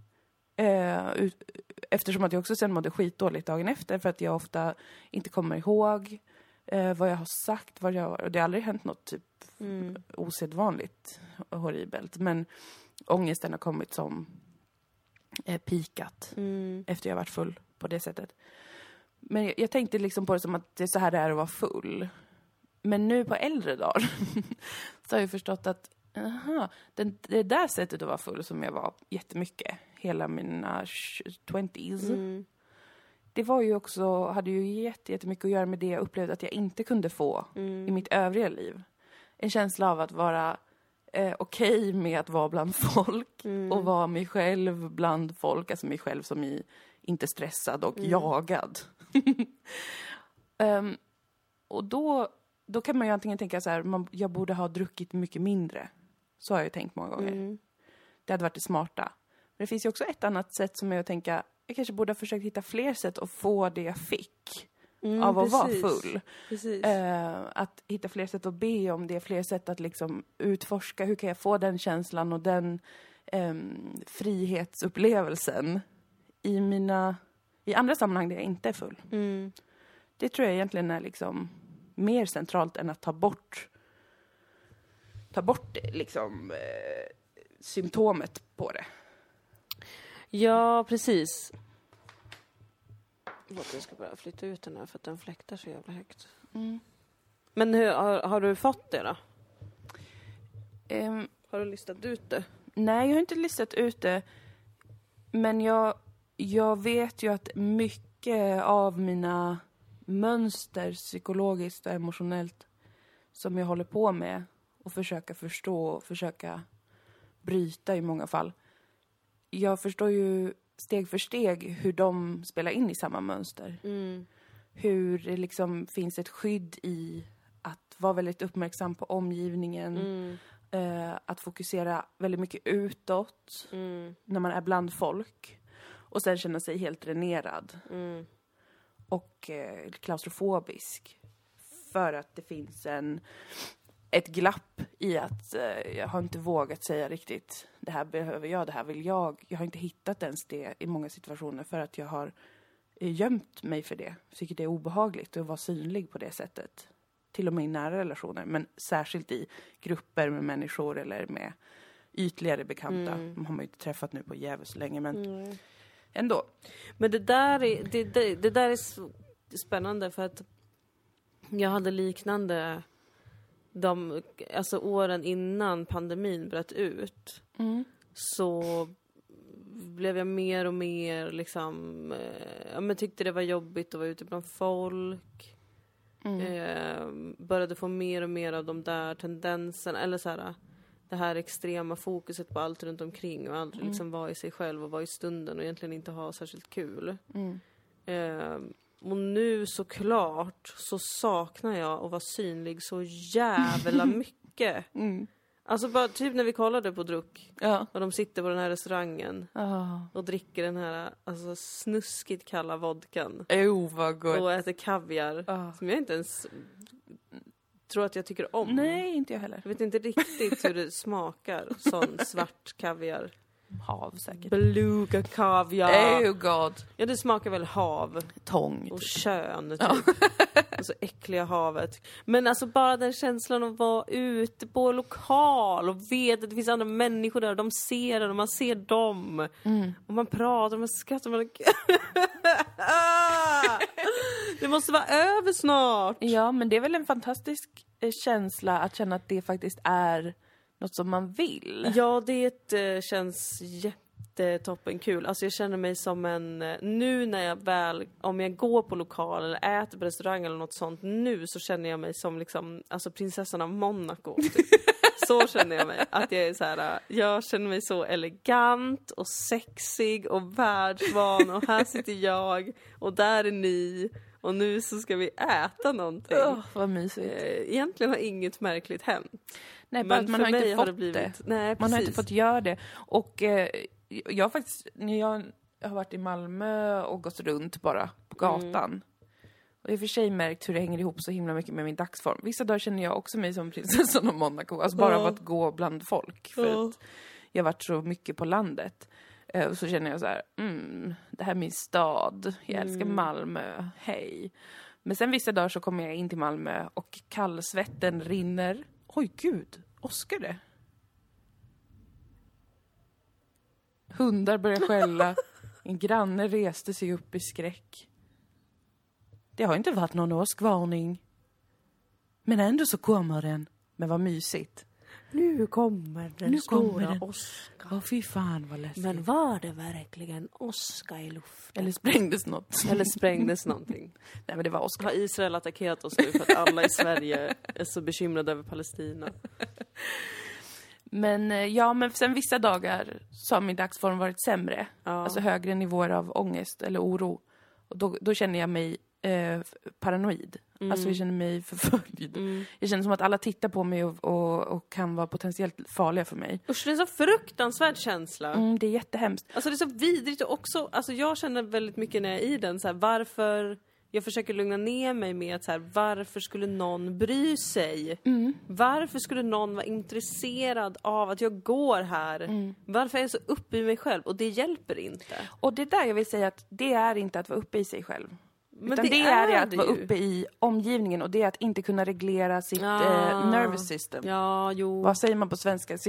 B: Eftersom att jag också sen mådde skitdåligt dagen efter. För att jag ofta inte kommer ihåg vad jag har sagt. Och det har aldrig hänt något typ osedvanligt och horribelt. Men ångesten har kommit som pikat efter jag varit full på det sättet. Men jag tänkte liksom på det som att det är så här det är att vara full. Men nu på äldre dagar så har jag förstått att det där sättet att vara full som jag var jättemycket hela mina 20s. Det var ju också, hade ju jättemycket att göra med det jag upplevde att jag inte kunde få i mitt övriga liv. En känsla av att vara okej med att vara bland folk och vara mig själv bland folk, alltså mig själv som i inte stressad och jagad. Och då kan man ju antingen tänka så här, jag borde ha druckit mycket mindre. Så har jag tänkt många gånger. Det hade varit det smarta. Men det finns ju också ett annat sätt som jag tänker, jag kanske borde ha försökt hitta fler sätt att få det jag fick av att vara full. Att hitta fler sätt att be om det, fler sätt att liksom utforska, hur kan jag få den känslan och den frihetsupplevelsen i andra sammanhang där jag inte är full. Det tror jag egentligen är liksom mer centralt än att ta bort liksom symptomet på det.
A: Ja, precis. Jag ska bara flytta ut den här för att den fläktar så jävla högt. Men har du fått det då? Har du listat ut det?
B: Nej, jag har inte listat ut det. Men jag vet ju att mycket av mina mönster psykologiskt och emotionellt som jag håller på med och försöka förstå och försöka bryta i många fall. Jag förstår ju steg för steg hur de spelar in i samma mönster. Hur det liksom finns ett skydd i att vara väldigt uppmärksam på omgivningen. Att fokusera väldigt mycket utåt när man är bland folk. Och sen känna sig helt dränerad. Och klaustrofobisk. För att det finns ett glapp i att jag har inte vågat säga riktigt det här behöver jag, det här vill jag. Jag har inte hittat ens det i många situationer för att jag har gömt mig för det. Tycker det är obehagligt att vara synlig på det sättet. Till och med i nära relationer, men särskilt i grupper med människor eller med ytligare bekanta. De har man ju inte träffat nu på jävligt länge, men ändå.
A: Men det där är så spännande för att jag hade liknande åren innan pandemin bröt ut. Så blev jag mer och mer liksom tyckte det var jobbigt att vara ute bland folk. Började få mer och mer av de där tendenserna eller så här, det här extrema fokuset på allt runt omkring och aldrig liksom vara i sig själv och vara i stunden och egentligen inte ha särskilt kul. Och nu såklart så saknar jag att vara synlig så jävla mycket. Alltså bara typ när vi kollade på Druck och de sitter på den här restaurangen och dricker den här alltså snuskigt kalla vodkan.
B: Vad gott.
A: Och äter kaviar som jag inte ens tror att jag tycker om.
B: Nej, inte jag heller.
A: Jag vet inte riktigt hur det smakar, sån svart kaviar.
B: Hav säkert.
A: Beluga kaviar.
B: God.
A: Ja, det smakar väl hav.
B: Tång.
A: Och kön, typ. Och så äckliga havet. Men alltså bara den känslan att vara ute på lokal och veta att det finns andra människor där och de ser det och man ser dem. Och man pratar och man skrattar. Det måste vara över snart.
B: Ja, men det är väl en fantastisk känsla att känna att det faktiskt är något som man vill.
A: Ja, det känns jättetoppen kul. Alltså jag känner mig som nu när jag om jag går på lokal eller äter på restaurang eller något sånt, nu så känner jag mig som liksom, alltså prinsessan av Monaco. Typ. Så känner jag mig. Att jag är så här, jag känner mig så elegant och sexig och världsvan och här sitter jag och där är ni. Och nu så ska vi äta någonting.
B: Vad mysigt.
A: Egentligen har inget märkligt hänt.
B: Nej, men man har inte fått det.
A: Nej,
B: man har inte fått göra det. Och jag faktiskt, när jag har varit i Malmö och gått runt bara på gatan. Och i och för sig märkt hur det hänger ihop så himla mycket med min dagsform. Vissa dagar känner jag också mig som prinsessan av Monaco. Alltså bara av att gå bland folk. För att jag har varit så mycket på landet. Och så känner jag så här, det här är min stad. Jag älskar Malmö, hej. Men sen vissa dagar så kommer jag in till Malmö och kallsvetten rinner. Oj gud, åskar det? Hundar börjar skälla. En granne reste sig upp i skräck. Det har inte varit någon åskvarning. Men ändå så kommer den. Men vad mysigt.
A: Nu kommer den stora åska.
B: Fy fan vad läskigt.
A: Men var det verkligen åska i luften?
B: Eller sprängdes något?
A: Eller sprängdes någonting?
B: Nej, men det var åska.
A: Har Israel attackerat oss nu för att alla i Sverige är så bekymrade över Palestina?
B: Men sen vissa dagar så har min dagsform varit sämre. Alltså högre nivåer av ångest eller oro. Och då känner jag mig paranoid. Alltså jag känner mig förföljd. Jag känner som att alla tittar på mig och kan vara potentiellt farliga för mig.
A: Usch, det är en så fruktansvärd känsla.
B: Det är jättehemskt.
A: Alltså det är så vidrigt och också, alltså jag känner väldigt mycket när jag är i den så här, varför jag försöker lugna ner mig med att så här, varför skulle någon bry sig? Varför skulle någon vara intresserad av att jag går här? Varför är jag så uppe i mig själv? Och det hjälper inte.
B: Och det där jag vill säga att det är inte att vara uppe i sig själv.
A: Men
B: utan det är att vara uppe i omgivningen, och det är att inte kunna reglera sitt nervous system.
A: Ja, jo.
B: Vad säger man på svenska?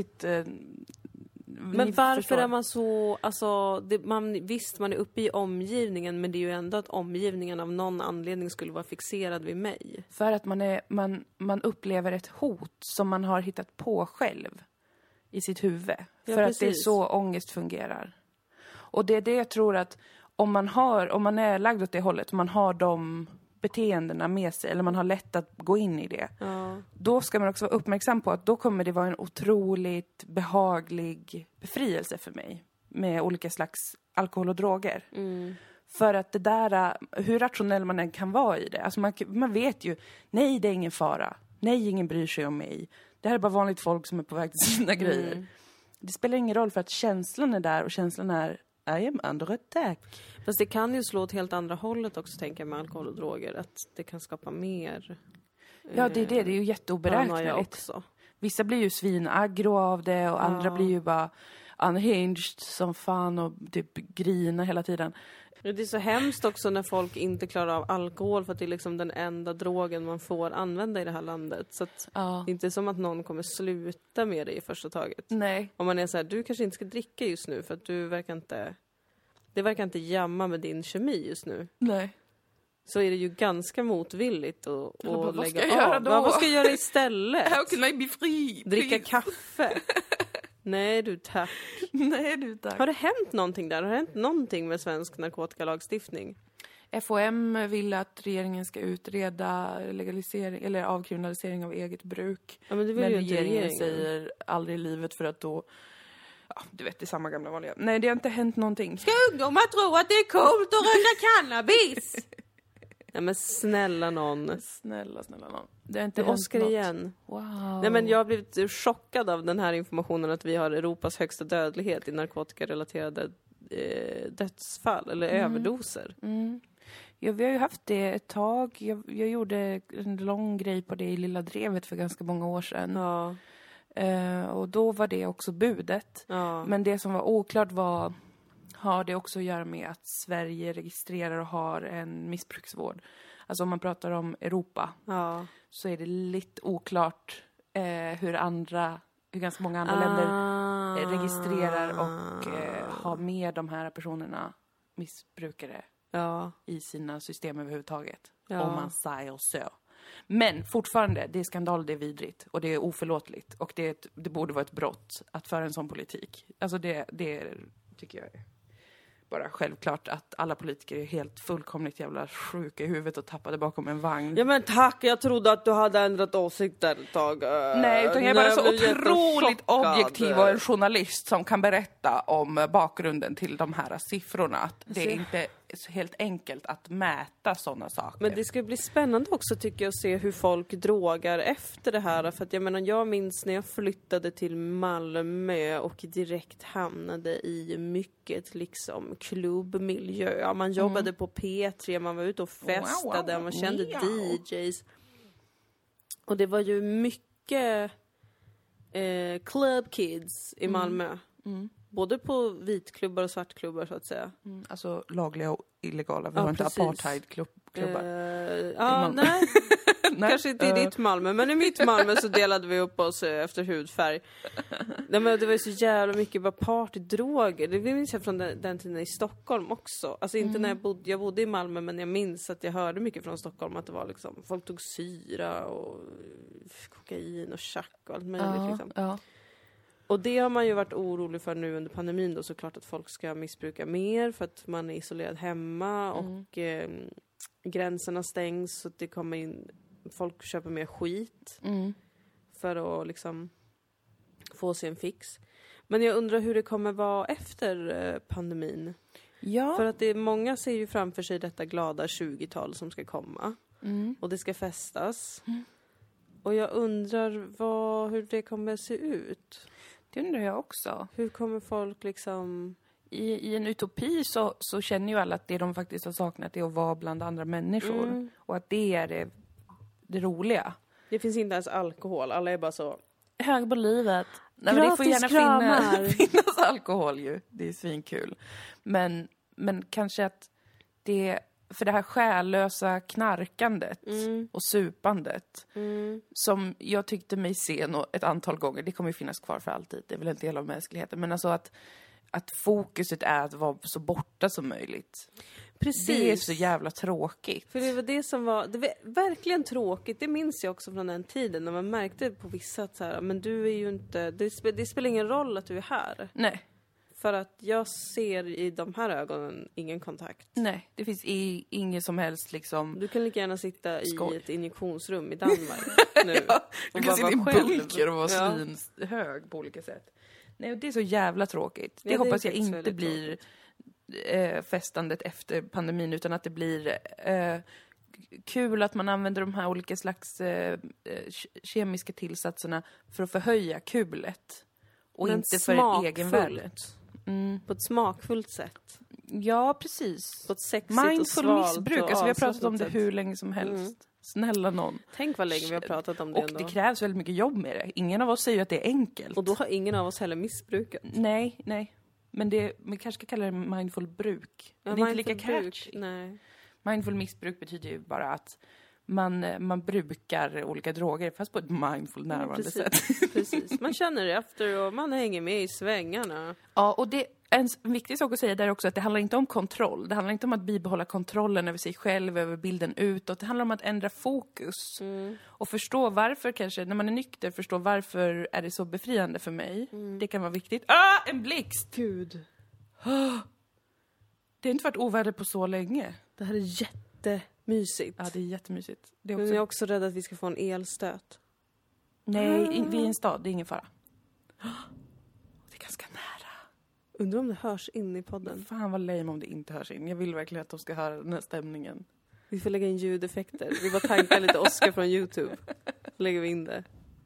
A: Men varför är man så, alltså, visst man är uppe i omgivningen, men det är ju ändå att omgivningen av någon anledning skulle vara fixerad vid mig.
B: För att man upplever ett hot som man har hittat på själv i sitt huvud.
A: Ja,
B: för
A: precis.
B: att det är så ångest fungerar. Och det är det jag tror att om man är lagd åt det hållet, man har de beteendena med sig, eller man har lätt att gå in i det.
A: Ja.
B: Då ska man också vara uppmärksam på att då kommer det vara en otroligt behaglig befrielse för mig med olika slags alkohol och droger.
A: Mm.
B: För att det där, hur rationell man än kan vara i det. Alltså man vet ju, nej det är ingen fara. Nej, ingen bryr sig om mig. Det här är bara vanligt folk som är på väg till sina grejer. Det spelar ingen roll för att känslan är där, och känslan är I am under attack.
A: Fast det kan ju slå åt helt andra hållet också, tänker jag, med alkohol och droger. Att det kan skapa mer...
B: Ja, det är ju jätteoberäkneligt.
A: Också.
B: Vissa blir ju svinaggro av det, och andra blir ju bara unhinged som fan och typ grina hela tiden.
A: Det är så hemskt också när folk inte klarar av alkohol, för att det är liksom den enda drogen man får använda i det här landet. Så att det är inte som att någon kommer sluta med det i första taget.
B: Nej.
A: Om man är så här, du kanske inte ska dricka just nu för att det verkar inte jamma med din kemi just nu.
B: Nej.
A: Så är det ju ganska motvilligt att lägga av.
B: Göra då?
A: Vad ska jag göra istället?
B: How can I be free?
A: Dricka kaffe? Nej du tack.
B: Nej du tack.
A: Har det hänt någonting där? Har det hänt någonting med svensk narkotikalagstiftning?
B: FOM vill att regeringen ska utreda legalisering eller avkriminalisering av eget bruk.
A: Ja, men det vill ju inte
B: regeringen säger aldrig i livet, för att då... Ja, du vet, det är samma gamla vanliga. Nej, det har inte hänt någonting.
A: Ska ungdomar tro att det är coolt att röka cannabis? Nej men snälla någon.
B: Snälla någon. Det är inte
A: Oscar igen.
B: Wow.
A: Nej men jag har blivit chockad av den här informationen att vi har Europas högsta dödlighet i narkotikarelaterade dödsfall eller överdoser.
B: Mm. Ja, vi har ju haft det ett tag. Jag gjorde en lång grej på det i Lilla Drevet för ganska många år sedan.
A: Ja.
B: Och då var det också budet.
A: Ja.
B: Men det som var oklart har det också att göra med att Sverige registrerar och har en missbruksvård. Alltså om man pratar om Europa så är det lite oklart hur ganska många andra länder registrerar och har med de här personerna, missbrukare, i sina system överhuvudtaget. Om man säger så. Men fortfarande, det är skandal, det är vidrigt och det är oförlåtligt. Och det borde vara ett brott att föra en sån politik. Alltså det tycker jag är bara självklart, att alla politiker är helt fullkomligt jävla sjuka i huvudet och tappade bakom en vagn.
A: Ja men tack, jag trodde att du hade ändrat åsikter ett tag.
B: Nej, utan jag är bara så otroligt objektiv och en journalist som kan berätta om bakgrunden till de här siffrorna. Att det är inte så helt enkelt att mäta sådana saker.
A: Men det ska bli spännande också tycker jag att se hur folk drogar efter det här. För att jag minns när jag flyttade till Malmö och direkt hamnade i mycket liksom klubbmiljö. Man jobbade på P3, man var ute och festade, man kände DJs. Och det var ju mycket club kids i Malmö. Både på vitklubbar och svartklubbar så att säga.
B: Alltså lagliga och illegala. Vi har inte apartheidklubbar.
A: Nej. Kanske inte i ditt Malmö, men i mitt Malmö så delade vi upp oss efter hudfärg. Nej, men det var ju så jävla mycket bara partydroger. Det minns jag från den tiden i Stockholm också. Alltså inte när jag bodde i Malmö, men jag minns att jag hörde mycket från Stockholm att det var liksom, folk tog syra och kokain och chack och allt möjligt liksom.
B: Ja.
A: Och det har man ju varit orolig för nu under pandemin då, såklart att folk ska missbruka mer för att man är isolerad hemma och gränserna stängs så att det kommer in, folk köper mer skit för att liksom få sig en fix. Men jag undrar hur det kommer vara efter pandemin.
B: Ja.
A: För att många ser ju framför sig detta glada 20-tal som ska komma. Och det ska festas. Och jag undrar hur det kommer se ut.
B: Det undrar jag också.
A: Hur kommer folk liksom...
B: I en utopi så känner ju alla att det de faktiskt har saknat är att vara bland andra människor. Och att det är det roliga.
A: Det finns inte ens alkohol. Alla är bara så...
B: Hög på livet. Nej, men det får gärna finnas alkohol ju. Det är svinkul. Men kanske att det för det här själlösa knarkandet och supandet som jag tyckte mig se ett antal gånger. Det kommer ju finnas kvar för alltid. Det är väl en del av mänskligheten. Men alltså att fokuset är att vara så borta som möjligt.
A: Precis.
B: Det är så jävla tråkigt.
A: För det var det som var verkligen tråkigt. Det minns jag också från den tiden när man märkte på vissa att så här, men du är ju inte, det spelar ingen roll att du är här.
B: Nej.
A: För att jag ser i de här ögonen ingen kontakt.
B: Nej, det finns ingen som helst liksom...
A: Du kan lika gärna sitta i ett injektionsrum i Danmark nu.
B: Ja, du kan sitta i en bunker och vara
A: Ja.
B: svinhög på olika sätt. Nej, och det är så jävla tråkigt. Det
A: Ja,
B: hoppas
A: det är
B: jag inte
A: väldigt
B: blir festandet efter pandemin, utan att det blir kul att man använder de här olika slags kemiska tillsatserna för att förhöja kulet. Och
A: men
B: inte för egenvärde.
A: På ett smakfullt sätt.
B: Ja, precis.
A: På ett sexigt
B: mindful
A: och svalt
B: missbruk.
A: och
B: Alltså, vi har pratat om det
A: sätt.
B: hur länge som helst. Snälla någon.
A: Tänk vad länge vi har pratat om det
B: Och
A: ändå.
B: det krävs väldigt mycket jobb med det. Ingen av oss säger att det är enkelt.
A: Och då har ingen av oss heller missbrukat.
B: Nej. Men vi kanske ska kalla det mindful bruk.
A: Ja,
B: det är inte lika
A: bruk.
B: catchy.
A: Nej.
B: Mindful missbruk betyder ju bara att man brukar olika droger fast på ett mindful närvarande sätt.
A: Precis. Man känner efter och man hänger med i svängarna.
B: Ja, och det en viktig sak att säga där också att det handlar inte om kontroll. Det handlar inte om att bibehålla kontrollen över sig själv, över bilden utåt. Det handlar om att ändra fokus. Och förstå varför kanske, när man är nykter, förstå varför är det så befriande för mig. Det kan vara viktigt. En blixt!
A: Gud.
B: Det har inte varit oväder på så länge.
A: Det här är jättemysigt.
B: Ja, det är jättemysigt. Det är
A: Men
B: också...
A: jag är också rädd att vi ska få en elstöt.
B: Nej, vi är i en stad. Det är ingen fara. Det är ganska nära.
A: Undrar om det hörs in i podden.
B: Fan vad lame om det inte hörs in. Jag vill verkligen att de ska höra den här stämningen.
A: Vi får lägga in ljudeffekter. Vi bara tankar lite Oscar från YouTube. Så lägger vi in det.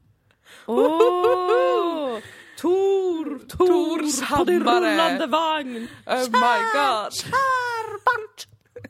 B: Tors
A: på din
B: hammare.
A: rullande vagn.
B: Oh my god.
A: Kärbart.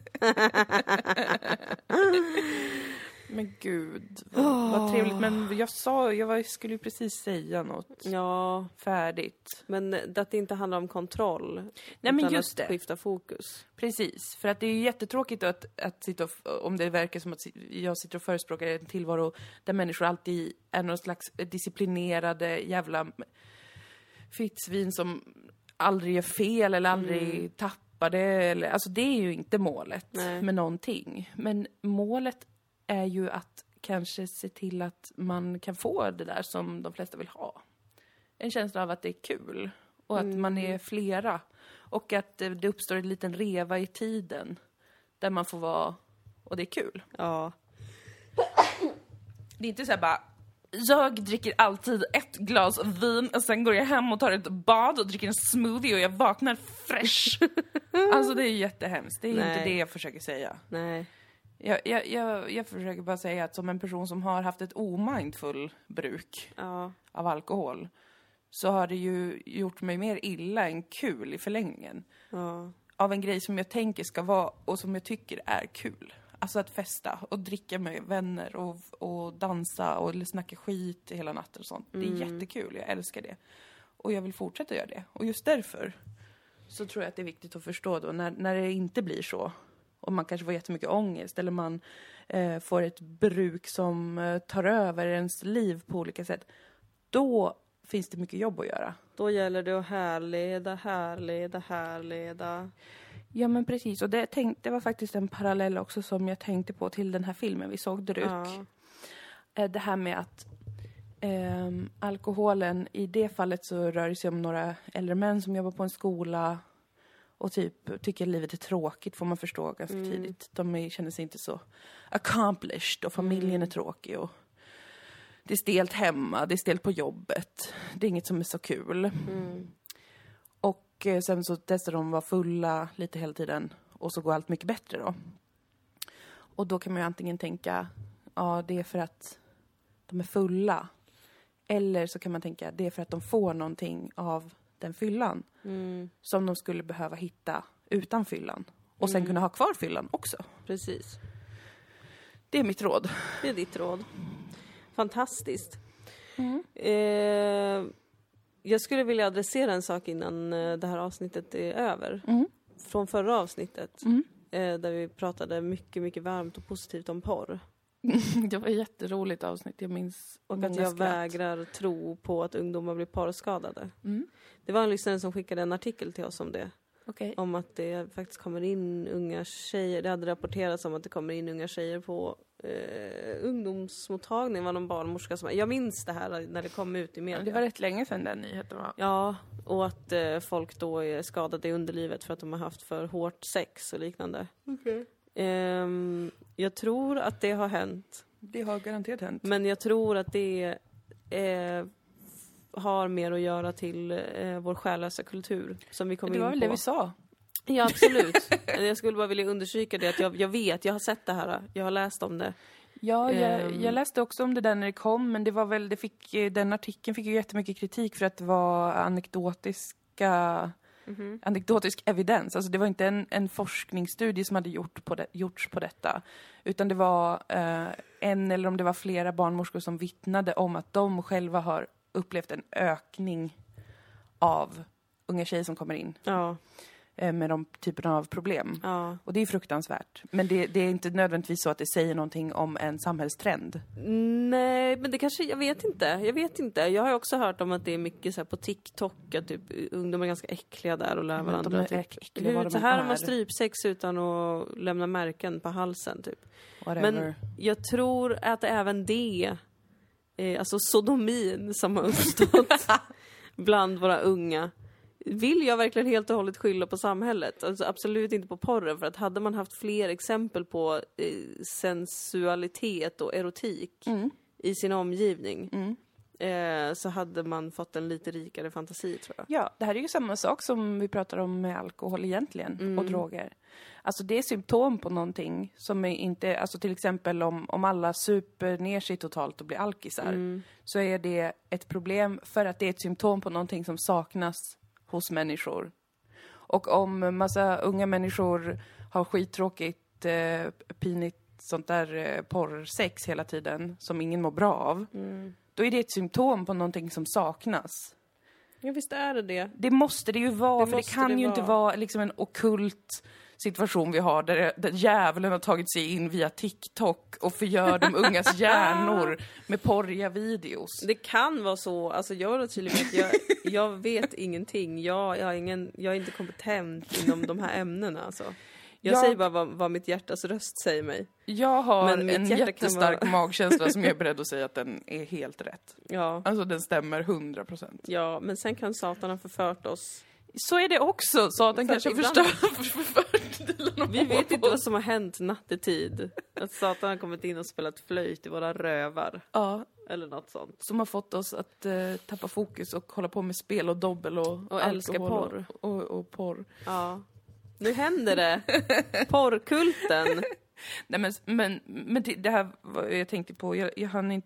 B: Men gud, vad trevligt. Men jag skulle ju precis säga något.
A: Ja,
B: Färdigt.
A: men att det inte handlar om kontroll.
B: Nej, men
A: utan
B: just
A: att
B: det.
A: skifta fokus.
B: Precis, för att det är ju jättetråkigt att sitta om det verkar som att jag sitter och förespråkar en tillvaro där människor alltid är någon slags disciplinerade jävla fittsvin som aldrig gör fel eller aldrig tappar det. Eller, alltså det är ju inte målet med någonting. Men målet är ju att kanske se till att man kan få det där som de flesta vill ha. En känsla av att det är kul. Och att man är flera. Och att det uppstår en liten reva i tiden. Där man får vara... Och det är kul.
A: Ja.
B: Det är inte så här bara... Jag dricker alltid ett glas vin och sen går jag hem och tar ett bad och dricker en smoothie och jag vaknar fresh. Alltså det är jättehemskt. Det är inte det jag försöker säga.
A: Nej.
B: Jag försöker bara säga att som en person som har haft ett omindful bruk av alkohol så har det ju gjort mig mer illa än kul i förlängningen.
A: Ja.
B: Av en grej som jag tänker ska vara och som jag tycker är kul. Alltså att festa och dricka med vänner och dansa och snacka skit hela natten och sånt. Det är jättekul, jag älskar det. Och jag vill fortsätta göra det. Och just därför så tror jag att det är viktigt att förstå då när det inte blir så. Och man kanske får jättemycket ångest eller man får ett bruk som tar över ens liv på olika sätt. Då finns det mycket jobb att göra.
A: Då gäller det att härleda.
B: Ja men precis, och det var faktiskt en parallell också som jag tänkte på till den här filmen vi såg, Dryck. Ja. Det här med att alkoholen, i det fallet så rör det sig om några äldre män som jobbar på en skola och typ tycker livet är tråkigt, får man förstå ganska tidigt. De känner sig inte så accomplished och familjen är tråkig och det är stelt hemma, det är stelt på jobbet. Det är inget som är så kul. Och sen så testar de vara fulla lite hela tiden och så går allt mycket bättre då. Och då kan man ju antingen tänka, det är för att de är fulla. Eller så kan man tänka, det är för att de får någonting av den fyllan. Som de skulle behöva hitta utan fyllan. Och sen kunna ha kvar fyllan också.
A: Precis.
B: Det är mitt råd.
A: Det är ditt råd. Fantastiskt. Jag skulle vilja adressera en sak innan det här avsnittet är över. Från förra avsnittet. där vi pratade mycket, mycket varmt och positivt om porr.
B: Det var ett jätteroligt avsnitt, jag minns.
A: Och att jag vägrar tro på att ungdomar blir porrskadade. Det var en lyssnare som skickade en artikel till oss om det.
B: Okay.
A: Om att det faktiskt kommer in unga tjejer. Det hade rapporterats om att det kommer in unga tjejer på ungdomsmottagning. Var någon barnmorska som... Jag minns det här när det kom ut i media.
B: Det var rätt länge sedan den nyheten var.
A: Ja, och att folk då är skadade i underlivet för att de har haft för hårt sex och liknande.
B: Okay.
A: Jag tror att det har hänt.
B: Det har garanterat hänt.
A: Men jag tror att det har mer att göra till vår själlösa kultur som vi kom in på.
B: Det var väl det vi sa.
A: Ja, absolut. Jag skulle bara vilja understryka det att jag vet, jag har sett det här. Jag har läst om det.
B: Ja, jag läste också om det där när det kom, men det var väl, den artikeln fick ju jättemycket kritik för att det var anekdotisk evidens. Alltså det var inte en forskningsstudie som hade gjorts på detta. Utan det var en eller om det var flera barnmorskor som vittnade om att de själva har upplevt en ökning av unga tjejer som kommer in.
A: Ja.
B: Med de typerna av problem.
A: Ja.
B: Och det är fruktansvärt. Men det är inte nödvändigtvis så att det säger någonting om en samhällstrend.
A: Nej, men det kanske, jag vet inte. Jag har också hört om att det är mycket så här på TikTok att typ ungdomar är ganska äckliga där och lär varandra.
B: De är äckliga,
A: så här har man strypsex utan att lämna märken på halsen typ.
B: Whatever.
A: Men jag tror att även det, alltså sodomin som har uppstått bland våra unga, vill jag verkligen helt och hållet skylla på samhället. Alltså absolut inte på porren. För att hade man haft fler exempel på sensualitet och erotik i sin omgivning så hade man fått en lite rikare fantasi, tror jag.
B: Ja, det här är ju samma sak som vi pratar om med alkohol egentligen och droger. Alltså det är symptom på någonting som är inte, alltså till exempel om alla super ner sig totalt och blir alkisar, så är det ett problem för att det är ett symptom på någonting som saknas hos människor. Och om massa unga människor har skittråkigt, pinigt sånt där porrsex hela tiden som ingen mår bra av, då är det ett symptom på någonting som saknas.
A: Ja, visst är det.
B: Det måste det ju vara, för det kan ju inte vara liksom en ockult situation vi har där djävulen har tagit sig in via TikTok och förgör de ungas hjärnor med porriga videos.
A: Det kan vara så. Alltså jag är tydligen jag vet ingenting. Jag är inte kompetent inom de här ämnena. Alltså. Jag säger bara vad mitt hjärtas röst säger mig.
B: Jag har en jättestark magkänsla som jag är beredd att säga att den är helt rätt.
A: Ja.
B: Alltså den stämmer 100%.
A: Ja, men sen kan Satan ha förfört oss.
B: Så är det också. Satan kanske har förstört.
A: Vi vet inte vad som har hänt nattetid. Att Satan har kommit in och spelat flöjt i våra rövar.
B: Ja.
A: Eller något sånt.
B: Som har fått oss att tappa fokus och hålla på med spel och dobbel och
A: älska porr.
B: Och porr.
A: Ja. Nu händer det. Porrkulten.
B: Nej men det här jag tänkte på. Jag hann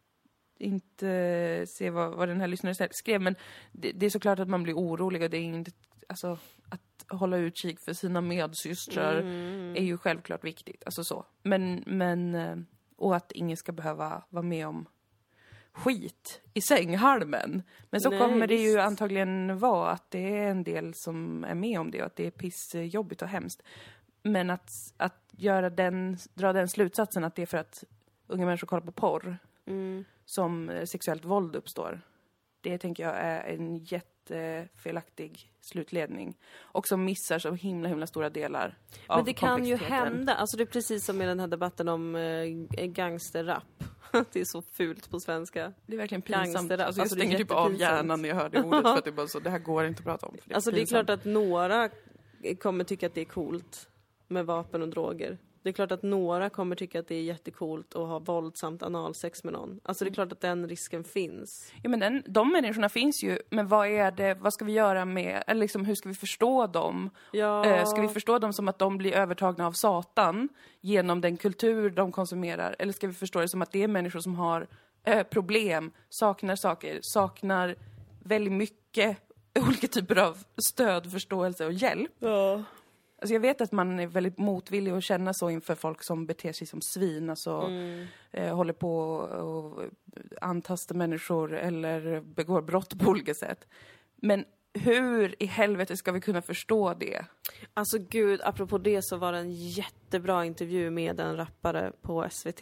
B: inte se vad den här lyssnaren skrev, men det är såklart att man blir orolig, och det är inte, alltså, att hålla utkik för sina medsystrar är ju självklart viktigt, alltså så. Men och att ingen ska behöva vara med om skit i sänghalmen. Men så kommer det ju antagligen vara att det är en del som är med om det och att det är pissjobbigt och hemskt. Men att dra den slutsatsen att det är för att unga människor kollar på porr som sexuellt våld uppstår. Det tänker jag är en jättefelaktig slutledning. Och som missar så himla stora delar av.
A: Men det kan ju hända. Alltså det är precis som i den här debatten om gangsterrap. Det är så fult på svenska.
B: Det är verkligen pinsamt. Alltså
A: jag
B: stänger typ av hjärnan när jag hör det ordet. För att det är bara så, det här går inte att prata om.
A: Alltså det är klart att några kommer tycka att det är coolt med vapen och droger. Det är klart att några kommer tycka att det är jättekult att ha våldsamt analsex med någon. Alltså det är klart att den risken finns.
B: Ja, men de människorna finns ju. Men vad ska vi göra med, eller liksom, hur ska vi förstå dem?
A: Ja.
B: Ska vi förstå dem som att de blir övertagna av Satan genom den kultur de konsumerar? Eller ska vi förstå det som att det är människor som har problem, saknar saker, saknar väldigt mycket olika typer av stöd, förståelse och hjälp?
A: Ja.
B: Alltså jag vet att man är väldigt motvillig att känna så inför folk som beter sig som svin. Alltså håller på och antastar människor eller begår brott på olika sätt. Men hur i helvete ska vi kunna förstå det?
A: Alltså gud, apropå det så var det en jättebra intervju med en rappare på SVT.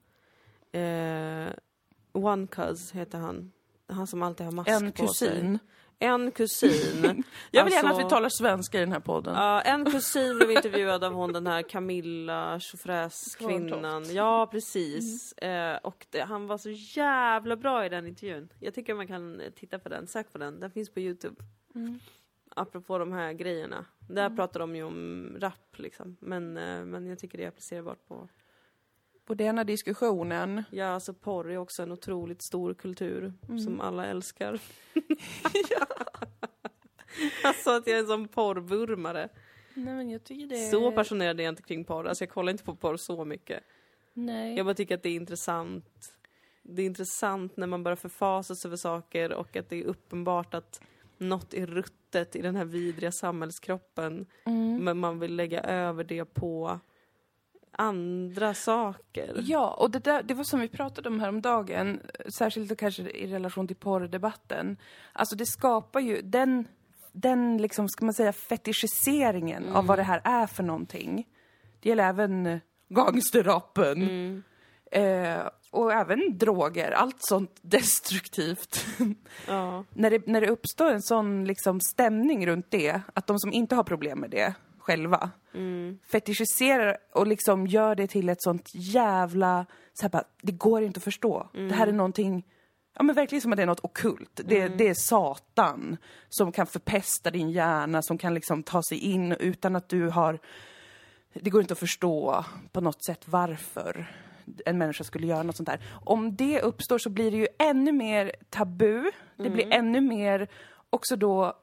A: One Cuz heter han. Han som alltid har mask på sig. En kusin.
B: Jag vill gärna att vi talar svenska i den här podden.
A: Ja, en kusin blev intervjuad av hon, den här Camilla Tjofräs-kvinnan. Ja, precis. Och han var så jävla bra i den intervjun. Jag tycker man kan titta på den, sök på den. Den finns på YouTube. Apropå de här grejerna. Där pratar de ju om rap liksom. Men jag tycker det är applicerbart på
B: denna diskussionen.
A: Ja, alltså porr är också en otroligt stor kultur som alla älskar. Alltså att jag är en sån porrvurmare.
B: Nej, men jag tycker det...
A: Så passionerad är jag inte kring porr. Alltså jag kollar inte på porr så mycket.
B: Nej.
A: Jag bara tycker att det är intressant. Det är intressant när man bara förfasas över saker och att det är uppenbart att något är ruttet i den här vidriga samhällskroppen. Men man vill lägga över det på andra saker.
B: Ja, och det var som vi pratade om häromdagen, särskilt kanske i relation till porrdebatten. Alltså det skapar ju den liksom, ska man säga, fetischiseringen av vad det här är för någonting. Det gäller även gangsterrappen. Och även droger, allt sånt destruktivt.
A: Ja.
B: När det uppstår en sån liksom stämning runt det, att de som inte har problem med det själva fetischiserar och liksom gör det till ett sånt jävla så här bara, det går inte att förstå. Det här är någonting, ja men verkligen som att det är något ockult. Det är Satan som kan förpesta din hjärna, som kan liksom ta sig in utan att du har, det går inte att förstå på något sätt varför en människa skulle göra något sånt där. Om det uppstår så blir det ju ännu mer tabu. Det blir ännu mer också då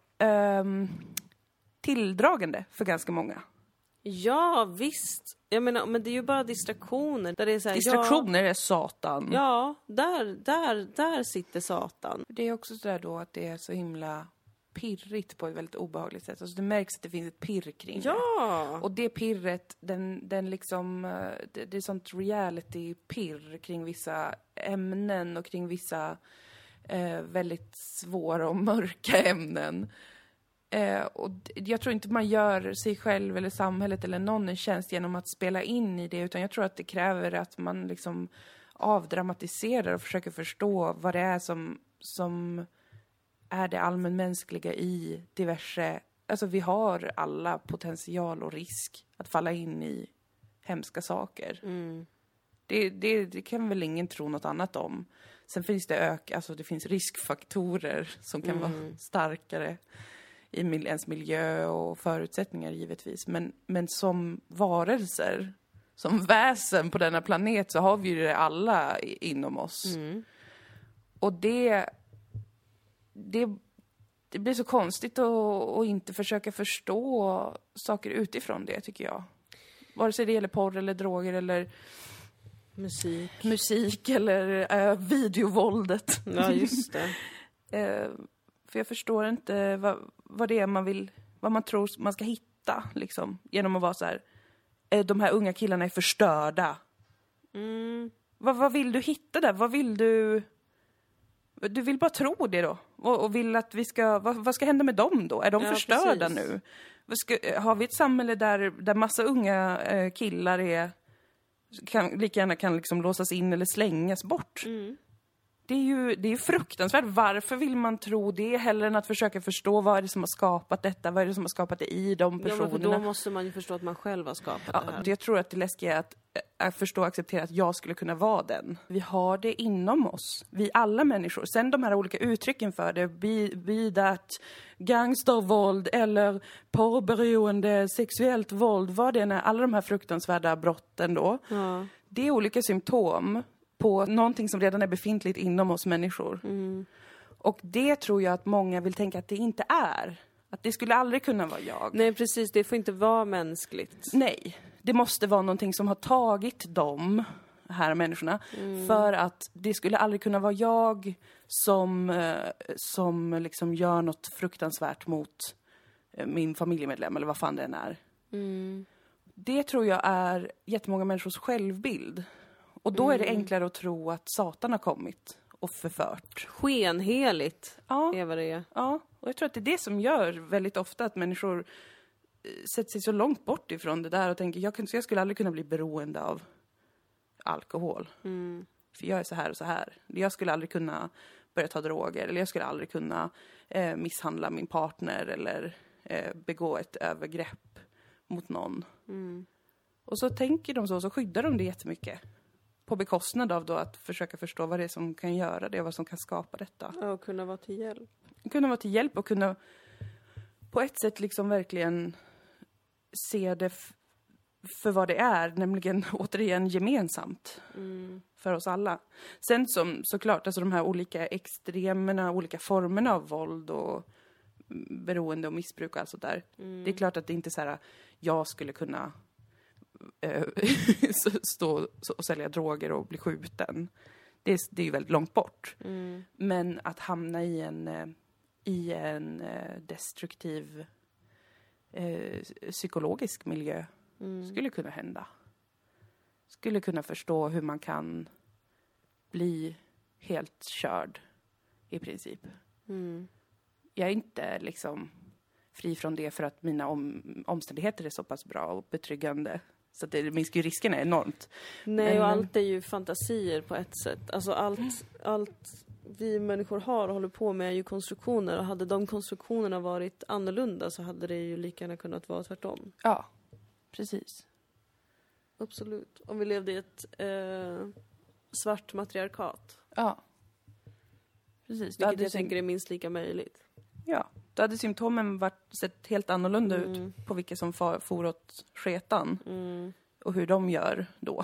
B: tilldragande för ganska många.
A: Ja, visst. Jag menar, men det är ju bara distraktioner. Där det är så här,
B: distraktioner är Satan.
A: Ja, där sitter Satan.
B: Det är också så där då att det är så himla pirrigt på ett väldigt obehagligt sätt. Alltså det märks att det finns ett pirr kring det. Och det pirret, den liksom, det är sånt reality-pirr kring vissa ämnen och kring vissa väldigt svåra och mörka ämnen. Och jag tror inte man gör sig själv eller samhället eller någon en tjänst genom att spela in i det, utan jag tror att det kräver att man liksom avdramatiserar och försöker förstå vad det är som är det allmänmänskliga i diverse... Alltså vi har alla potential och risk att falla in i hemska saker. Det kan väl ingen tro något annat om. Sen finns det alltså det finns riskfaktorer som kan vara starkare i ens miljö och förutsättningar givetvis. Men som varelser, som väsen på denna planet, så har vi ju det alla inom oss. Och det blir så konstigt att inte försöka förstå saker utifrån det, tycker jag. Vare sig det gäller porr eller droger eller musik eller videovåldet.
A: Ja, just det.
B: För jag förstår inte vad det är vad man tror man ska hitta liksom, genom att vara så här, de här unga killarna är förstörda. Vad vill du hitta där? Vad vill du vill bara tro det då? Och vill att vi ska, vad ska hända med dem då? Är de förstörda nu? Har vi ett samhälle där massa unga killar lika gärna kan liksom låsas in eller slängas bort? Det är ju fruktansvärt. Varför vill man tro det hellre än att försöka förstå vad är det som har skapat detta? Vad är det som har skapat det i de personerna?
A: Ja, för då måste man ju förstå att man själv har skapat det här.
B: Jag tror att det läskiga är att förstå och acceptera att jag skulle kunna vara den. Vi har det inom oss. Vi alla människor. Sen de här olika uttrycken för det. Be that gangstervåld eller porrberoende, sexuellt våld. Vad det är, alla de här fruktansvärda brotten då.
A: Ja.
B: Det är olika symptom på någonting som redan är befintligt inom oss människor. Och det tror jag att många vill tänka att det inte är. Att det skulle aldrig kunna vara jag.
A: Nej, precis. Det får inte vara mänskligt.
B: Nej, det måste vara någonting som har tagit de här människorna. För att det skulle aldrig kunna vara jag som liksom gör något fruktansvärt mot min familjemedlem eller vad fan det än är. Det tror jag är jättemånga människors självbild. Och då är det enklare att tro att Satan har kommit och förfört.
A: Skenheligt är vad det är.
B: Ja, Och jag tror att det är det som gör väldigt ofta att människor sätter sig så långt bort ifrån det där och tänker jag skulle aldrig kunna bli beroende av alkohol. För jag är så här och så här. Jag skulle aldrig kunna börja ta droger, eller jag skulle aldrig kunna misshandla min partner eller begå ett övergrepp mot någon. Och så tänker de så skyddar de det jättemycket. På bekostnad av då att försöka förstå vad det är som kan göra det och vad som kan skapa detta.
A: Ja, och kunna vara till hjälp.
B: Kunna vara till hjälp och kunna på ett sätt liksom verkligen se det för vad det är, nämligen återigen gemensamt för oss alla. Sen som såklart, alltså de här olika extremerna, olika formerna av våld och beroende och missbruk och allt sånt där. Det är klart att det inte är så här, jag skulle kunna stå och sälja droger och bli skjuten. Det är ju väldigt långt bort. Men att hamna i en destruktiv psykologisk miljö skulle kunna hända. Skulle kunna förstå hur man kan bli helt körd i princip. Jag är inte liksom fri från det för att mina omständigheter är så pass bra och betryggande. Så att det minskar ju riskerna enormt.
A: Nej, och allt är ju fantasier på ett sätt. Alltså allt vi människor har och håller på med är ju konstruktioner. Och hade de konstruktionerna varit annorlunda så hade det ju lika gärna kunnat vara tvärtom.
B: Ja, precis.
A: Absolut. Om vi levde i ett svart matriarkat.
B: Ja, precis.
A: Vilket jag tänker är minst lika möjligt.
B: Ja, då hade symptomen sett helt annorlunda ut på vilka som for åt sketan. Och hur de gör då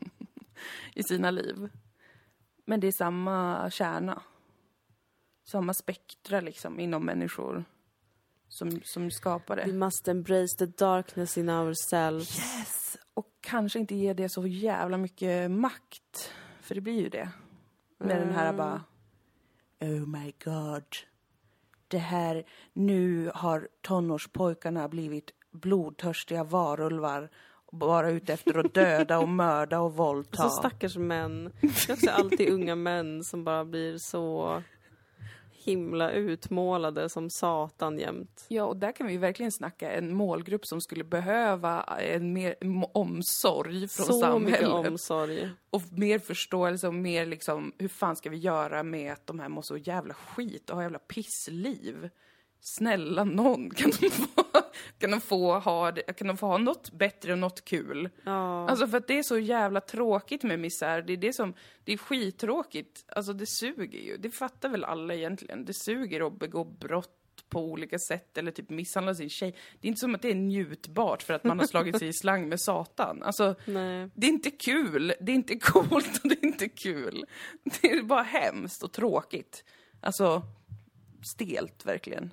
B: i sina liv. Men det är samma kärna. Samma spektra liksom inom människor som skapar det.
A: We must embrace the darkness in ourselves.
B: Yes! Och kanske inte ge det så jävla mycket makt. För det blir ju det. Med den här bara, oh my god. Det här, nu har tonårspojkarna blivit blodtörstiga varulvar. Bara ute efter att döda och mörda och våldta.
A: Så stackars män. Det är också alltid unga män som bara blir så himla utmålade som satan jämt.
B: Ja, och där kan vi verkligen snacka en målgrupp som skulle behöva en mer omsorg från
A: så
B: samhället.
A: Så mycket omsorg.
B: Och mer förståelse och mer liksom, hur fan ska vi göra med att de här mår så jävla skit och har jävla pissliv? Snälla någon, kan de få ha något bättre och något kul?
A: Ja.
B: Alltså för att det är så jävla tråkigt med misär. Det är skittråkigt. Alltså det suger ju. Det fattar väl alla egentligen. Det suger att begå brott på olika sätt eller typ misshandla sin tjej. Det är inte som att det är njutbart för att man har slagit sig i slang med satan. Alltså,
A: nej.
B: Det är inte kul. Det är inte coolt och det är inte kul. Det är bara hemskt och tråkigt. Alltså stelt verkligen.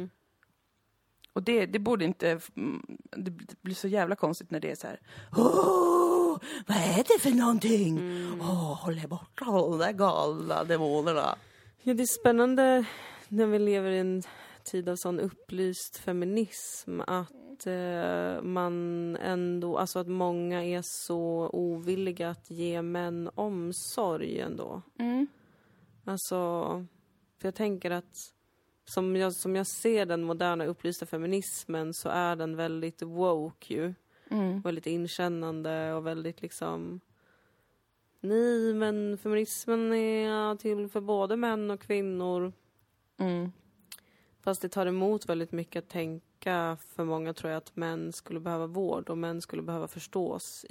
B: Och det borde inte, det blir så jävla konstigt när det är så här. Vad är det för någonting? Håll er borta från de där galna demonerna.
A: Ja, det är spännande när vi lever i en tid av sån upplyst feminism att man ändå, alltså att många är så ovilliga att ge män omsorg ändå. Alltså, för jag tänker att som jag ser den moderna upplysta feminismen så är den väldigt woke ju. Väldigt inkännande och väldigt liksom, nej men feminismen är till för både män och kvinnor. Fast det tar emot väldigt mycket att tänka, för många tror jag, att män skulle behöva vård och män skulle behöva förstås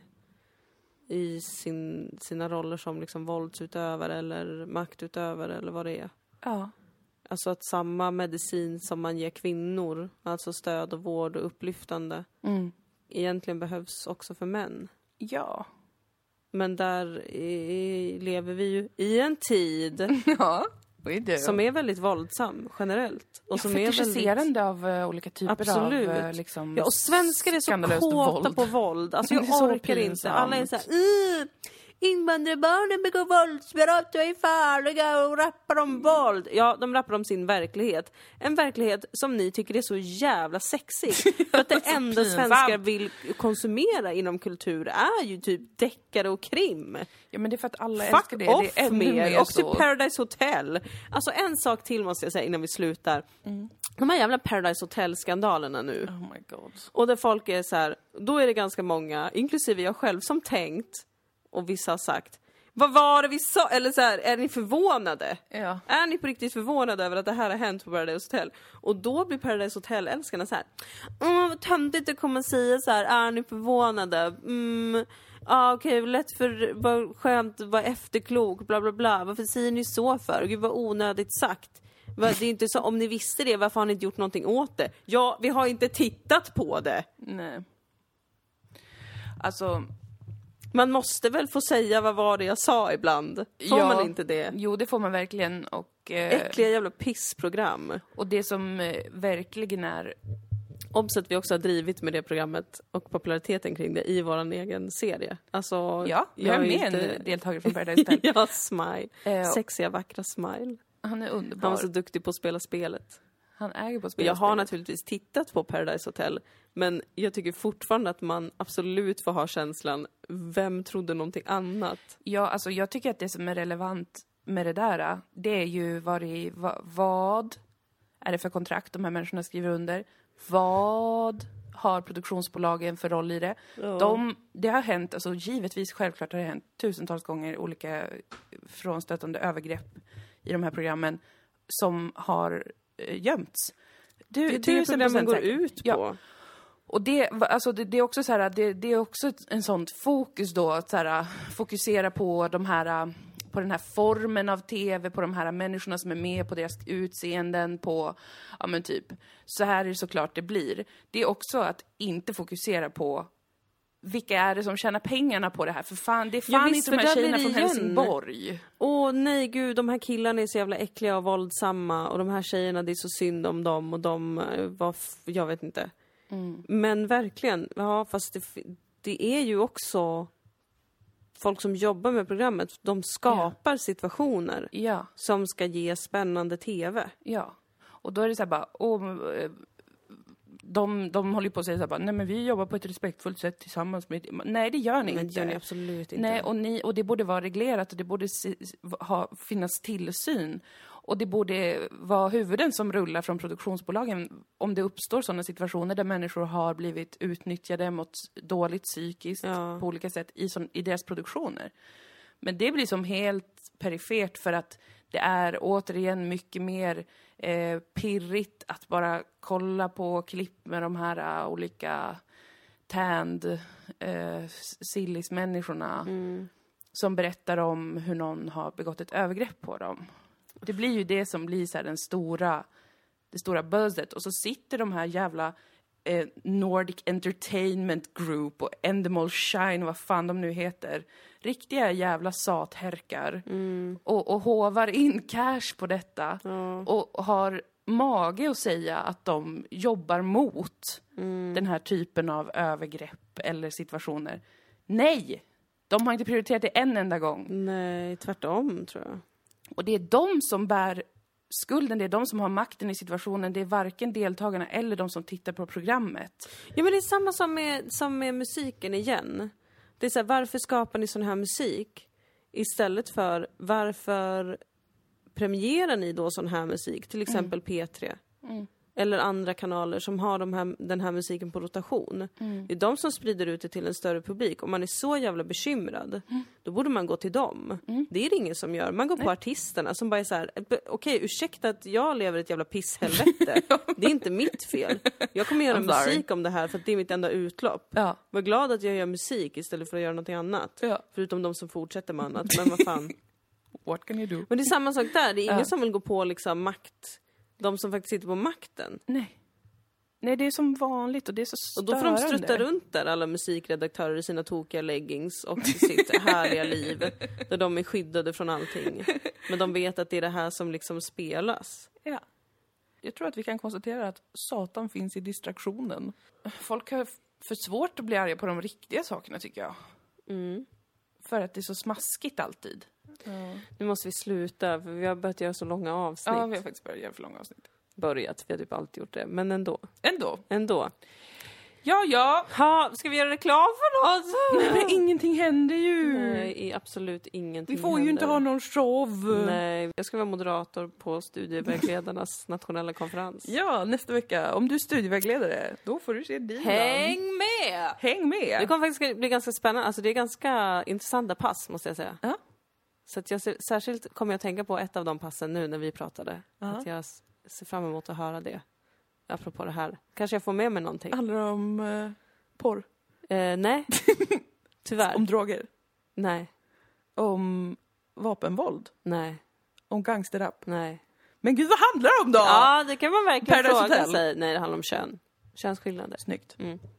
A: i sina roller som liksom våldsutövare eller maktutövare eller vad det är.
B: Ja.
A: Alltså att samma medicin som man ger kvinnor, alltså stöd och vård och upplyftande, egentligen behövs också för män.
B: Ja.
A: Men där lever vi ju i en tid som är väldigt våldsam generellt. Och som är väldigt
B: av olika typer av liksom,
A: ja, och svenskar är så kåta på våld. Alltså jag orkar inte. Alla är så här, invandrarbarnen begår våldsbrott och är farliga och rappar om våld. Ja, de rappar om sin verklighet. En verklighet som ni tycker är så jävla sexig. För att det enda svenskar vill konsumera inom kultur är ju typ deckare och krim.
B: Ja, men det är för att alla älskar det.
A: Fuck off
B: det är ännu mer
A: också
B: så.
A: Paradise Hotel. Alltså en sak till måste jag säga innan vi slutar. De här jävla Paradise Hotel-skandalerna nu.
B: Oh my god.
A: Och där folk är så här, då är det ganska många, inklusive jag själv, som tänkt, och vissa har sagt, vad var det vi sa? Eller så här, är ni förvånade?
B: Ja.
A: Är ni på riktigt förvånade över att det här har hänt på Paradise Hotel? Och då blir Paradise Hotel-älskarna så här, vad töntigt att komma och säga så här, är ni förvånade? Okej, lätt för, vad skönt, vad efterklok, bla bla bla. Varför säger ni så för? Gud, vad onödigt sagt. Det är inte så, om ni visste det, varför har ni inte gjort någonting åt det? Ja, vi har inte tittat på det.
B: Nej. Alltså,
A: man måste väl få säga vad var det jag sa ibland? Får man inte det?
B: Jo, det får man verkligen. Och,
A: äckliga jävla pissprogram.
B: Och det som verkligen är...
A: Obs att vi också har drivit med det programmet och populariteten kring det i våran egen serie. Alltså,
B: ja, jag är med en deltagare från Paradise Hotel.
A: Ja, Smile. Sexiga, vackra Smile.
B: Han är underbar.
A: Han var så duktig på att spela spelet.
B: Han äger på att spela
A: jag har
B: spelet.
A: naturligtvis tittat på Paradise Hotel, men jag tycker fortfarande att man absolut får ha känslan, vem trodde någonting annat?
B: Ja, alltså jag tycker att det som är relevant med det där, det är ju vad är det för kontrakt de här människorna skriver under? Vad har produktionsbolagen för roll i det? Ja. Det har hänt, alltså givetvis självklart har det hänt tusentals gånger olika frånstötande övergrepp i de här programmen som har gömts.
A: Det är det programmen går ut på.
B: Ja. Och det är också så här, det är också en sånt fokus då att så här, fokusera på de här, på den här formen av tv, på de här människorna som är med, på deras utseenden, på ja men typ så här är det såklart det blir. Det är också att inte fokusera på vilka är det som tjänar pengarna på det här? För fan, det är fan inte de här tjejerna från Helsingborg.
A: Åh nej gud, de här killarna är så jävla äckliga och våldsamma. Och de här tjejerna, det är så synd om dem. Och de var, jag vet inte. Men verkligen, ja fast det är ju också folk som jobbar med programmet. De skapar situationer som ska ge spännande tv.
B: Ja, och då är det så här bara... De håller på att säga så här bara, nej men vi jobbar på ett respektfullt sätt tillsammans med... Nej, det gör ni inte.
A: Det gör ni absolut inte.
B: Nej, och det borde vara reglerat och det borde finnas tillsyn. Och det borde vara huvuden som rullar från produktionsbolagen om det uppstår sådana situationer där människor har blivit utnyttjade mot dåligt psykiskt på olika sätt i deras produktioner. Men det blir som helt perifert för att det är återigen mycket mer pirrigt att bara kolla på klipp med de här olika sillis-människorna som berättar om hur någon har begått ett övergrepp på dem. Det blir ju det som blir så här det stora buzzet. Och så sitter de här jävla Nordic Entertainment Group och Endemol Shine, vad fan de nu heter. Riktiga jävla sathärkar. Och hovar in cash på detta. Och har mage att säga att de jobbar mot den här typen av övergrepp eller situationer. Nej! De har inte prioriterat det en enda gång.
A: Nej, tvärtom tror jag.
B: Och det är de som bär skulden, det är de som har makten i situationen. Det är varken deltagarna eller de som tittar på programmet.
A: Ja, men det är samma som med musiken igen. Det är så här, varför skapar ni sån här musik? Istället för, varför premierar ni då sån här musik? Till exempel P3. Eller andra kanaler som har den här musiken på rotation. Det är de som sprider ut det till en större publik. Om man är så jävla bekymrad, då borde man gå till dem. Det är det ingen som gör. Man går på artisterna som bara är så här, okej, ursäkta att jag lever ett jävla pisshelvete. Det är inte mitt fel. Jag kommer göra musik om det här för att det är mitt enda utlopp. Var glad att jag gör musik istället för att göra någonting annat. Förutom de som fortsätter med annat. Men vad fan.
B: What can you do?
A: Men det är samma sak där. Det är ingen som vill gå på liksom makt. De som faktiskt sitter på makten.
B: Nej, det är som vanligt och det är så störande.
A: Och då får de strutta runt där, alla musikredaktörer i sina tokiga leggings och sitt härliga liv. Där de är skyddade från allting. Men de vet att det är det här som liksom spelas.
B: Ja. Jag tror att vi kan konstatera att Satan finns i distraktionen. Folk har för svårt att bli arga på de riktiga sakerna, tycker jag. För att det är så smaskigt alltid.
A: Nu måste vi sluta, för vi har börjat göra så långa avsnitt.
B: Ja, vi har faktiskt börjat göra för långa avsnitt.
A: Börjat, vi har typ alltid gjort det. Men ändå.
B: Ändå. Ja.
A: Ha, ska vi göra reklam för något?
B: Nej, men ingenting händer ju.
A: Nej, absolut ingenting
B: Vi får
A: händer.
B: ju inte ha någon show.
A: Nej, jag ska vara moderator på studievägledarnas nationella konferens.
B: Ja, nästa vecka. Om du är studievägledare, då får du se Dilan.
A: Häng med!
B: Det
A: kommer faktiskt bli ganska spännande. Alltså det är ganska intressanta pass, måste jag säga.
B: Ja.
A: Så att särskilt kommer jag att tänka på ett av de passen nu när vi pratade. Att jag ser fram emot att höra det. Apropå det här. Kanske jag får med mig någonting.
B: Handlar det om porr?
A: Nej. Tyvärr.
B: Om droger?
A: Nej.
B: Om vapenvåld?
A: Nej.
B: Om gangsterrap?
A: Nej.
B: Men gud, vad handlar det om då?
A: Ja, det kan man verkligen
B: Paradise
A: fråga
B: Hotel.
A: sig. Nej, det handlar om kön. Könsskillnader.
B: Snyggt.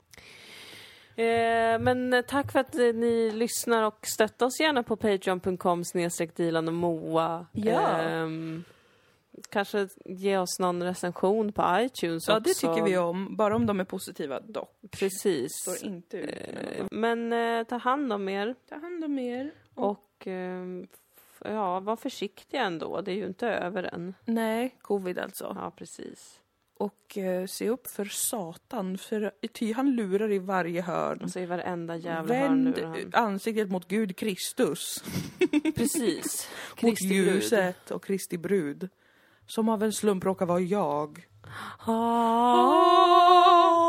A: Men tack för att ni lyssnar och stöttar oss gärna på patreon.com/Dilan och Moa.
B: Ja.
A: Kanske ge oss någon recension på iTunes också.
B: Ja, det tycker vi om. Bara om de är positiva dock.
A: Precis.
B: Står inte ut.
A: Men ta hand om er.
B: Ta hand om er.
A: Och var försiktiga ändå. Det är ju inte över än.
B: Nej, covid alltså.
A: Ja, precis.
B: Och se upp för Satan. För han lurar i varje hörn.
A: Alltså i varenda jävla hörn lurar han.
B: Vänd ansiktet mot Gud Kristus.
A: Precis.
B: Mot ljuset och Kristi brud. Som av en slump råkar vara jag.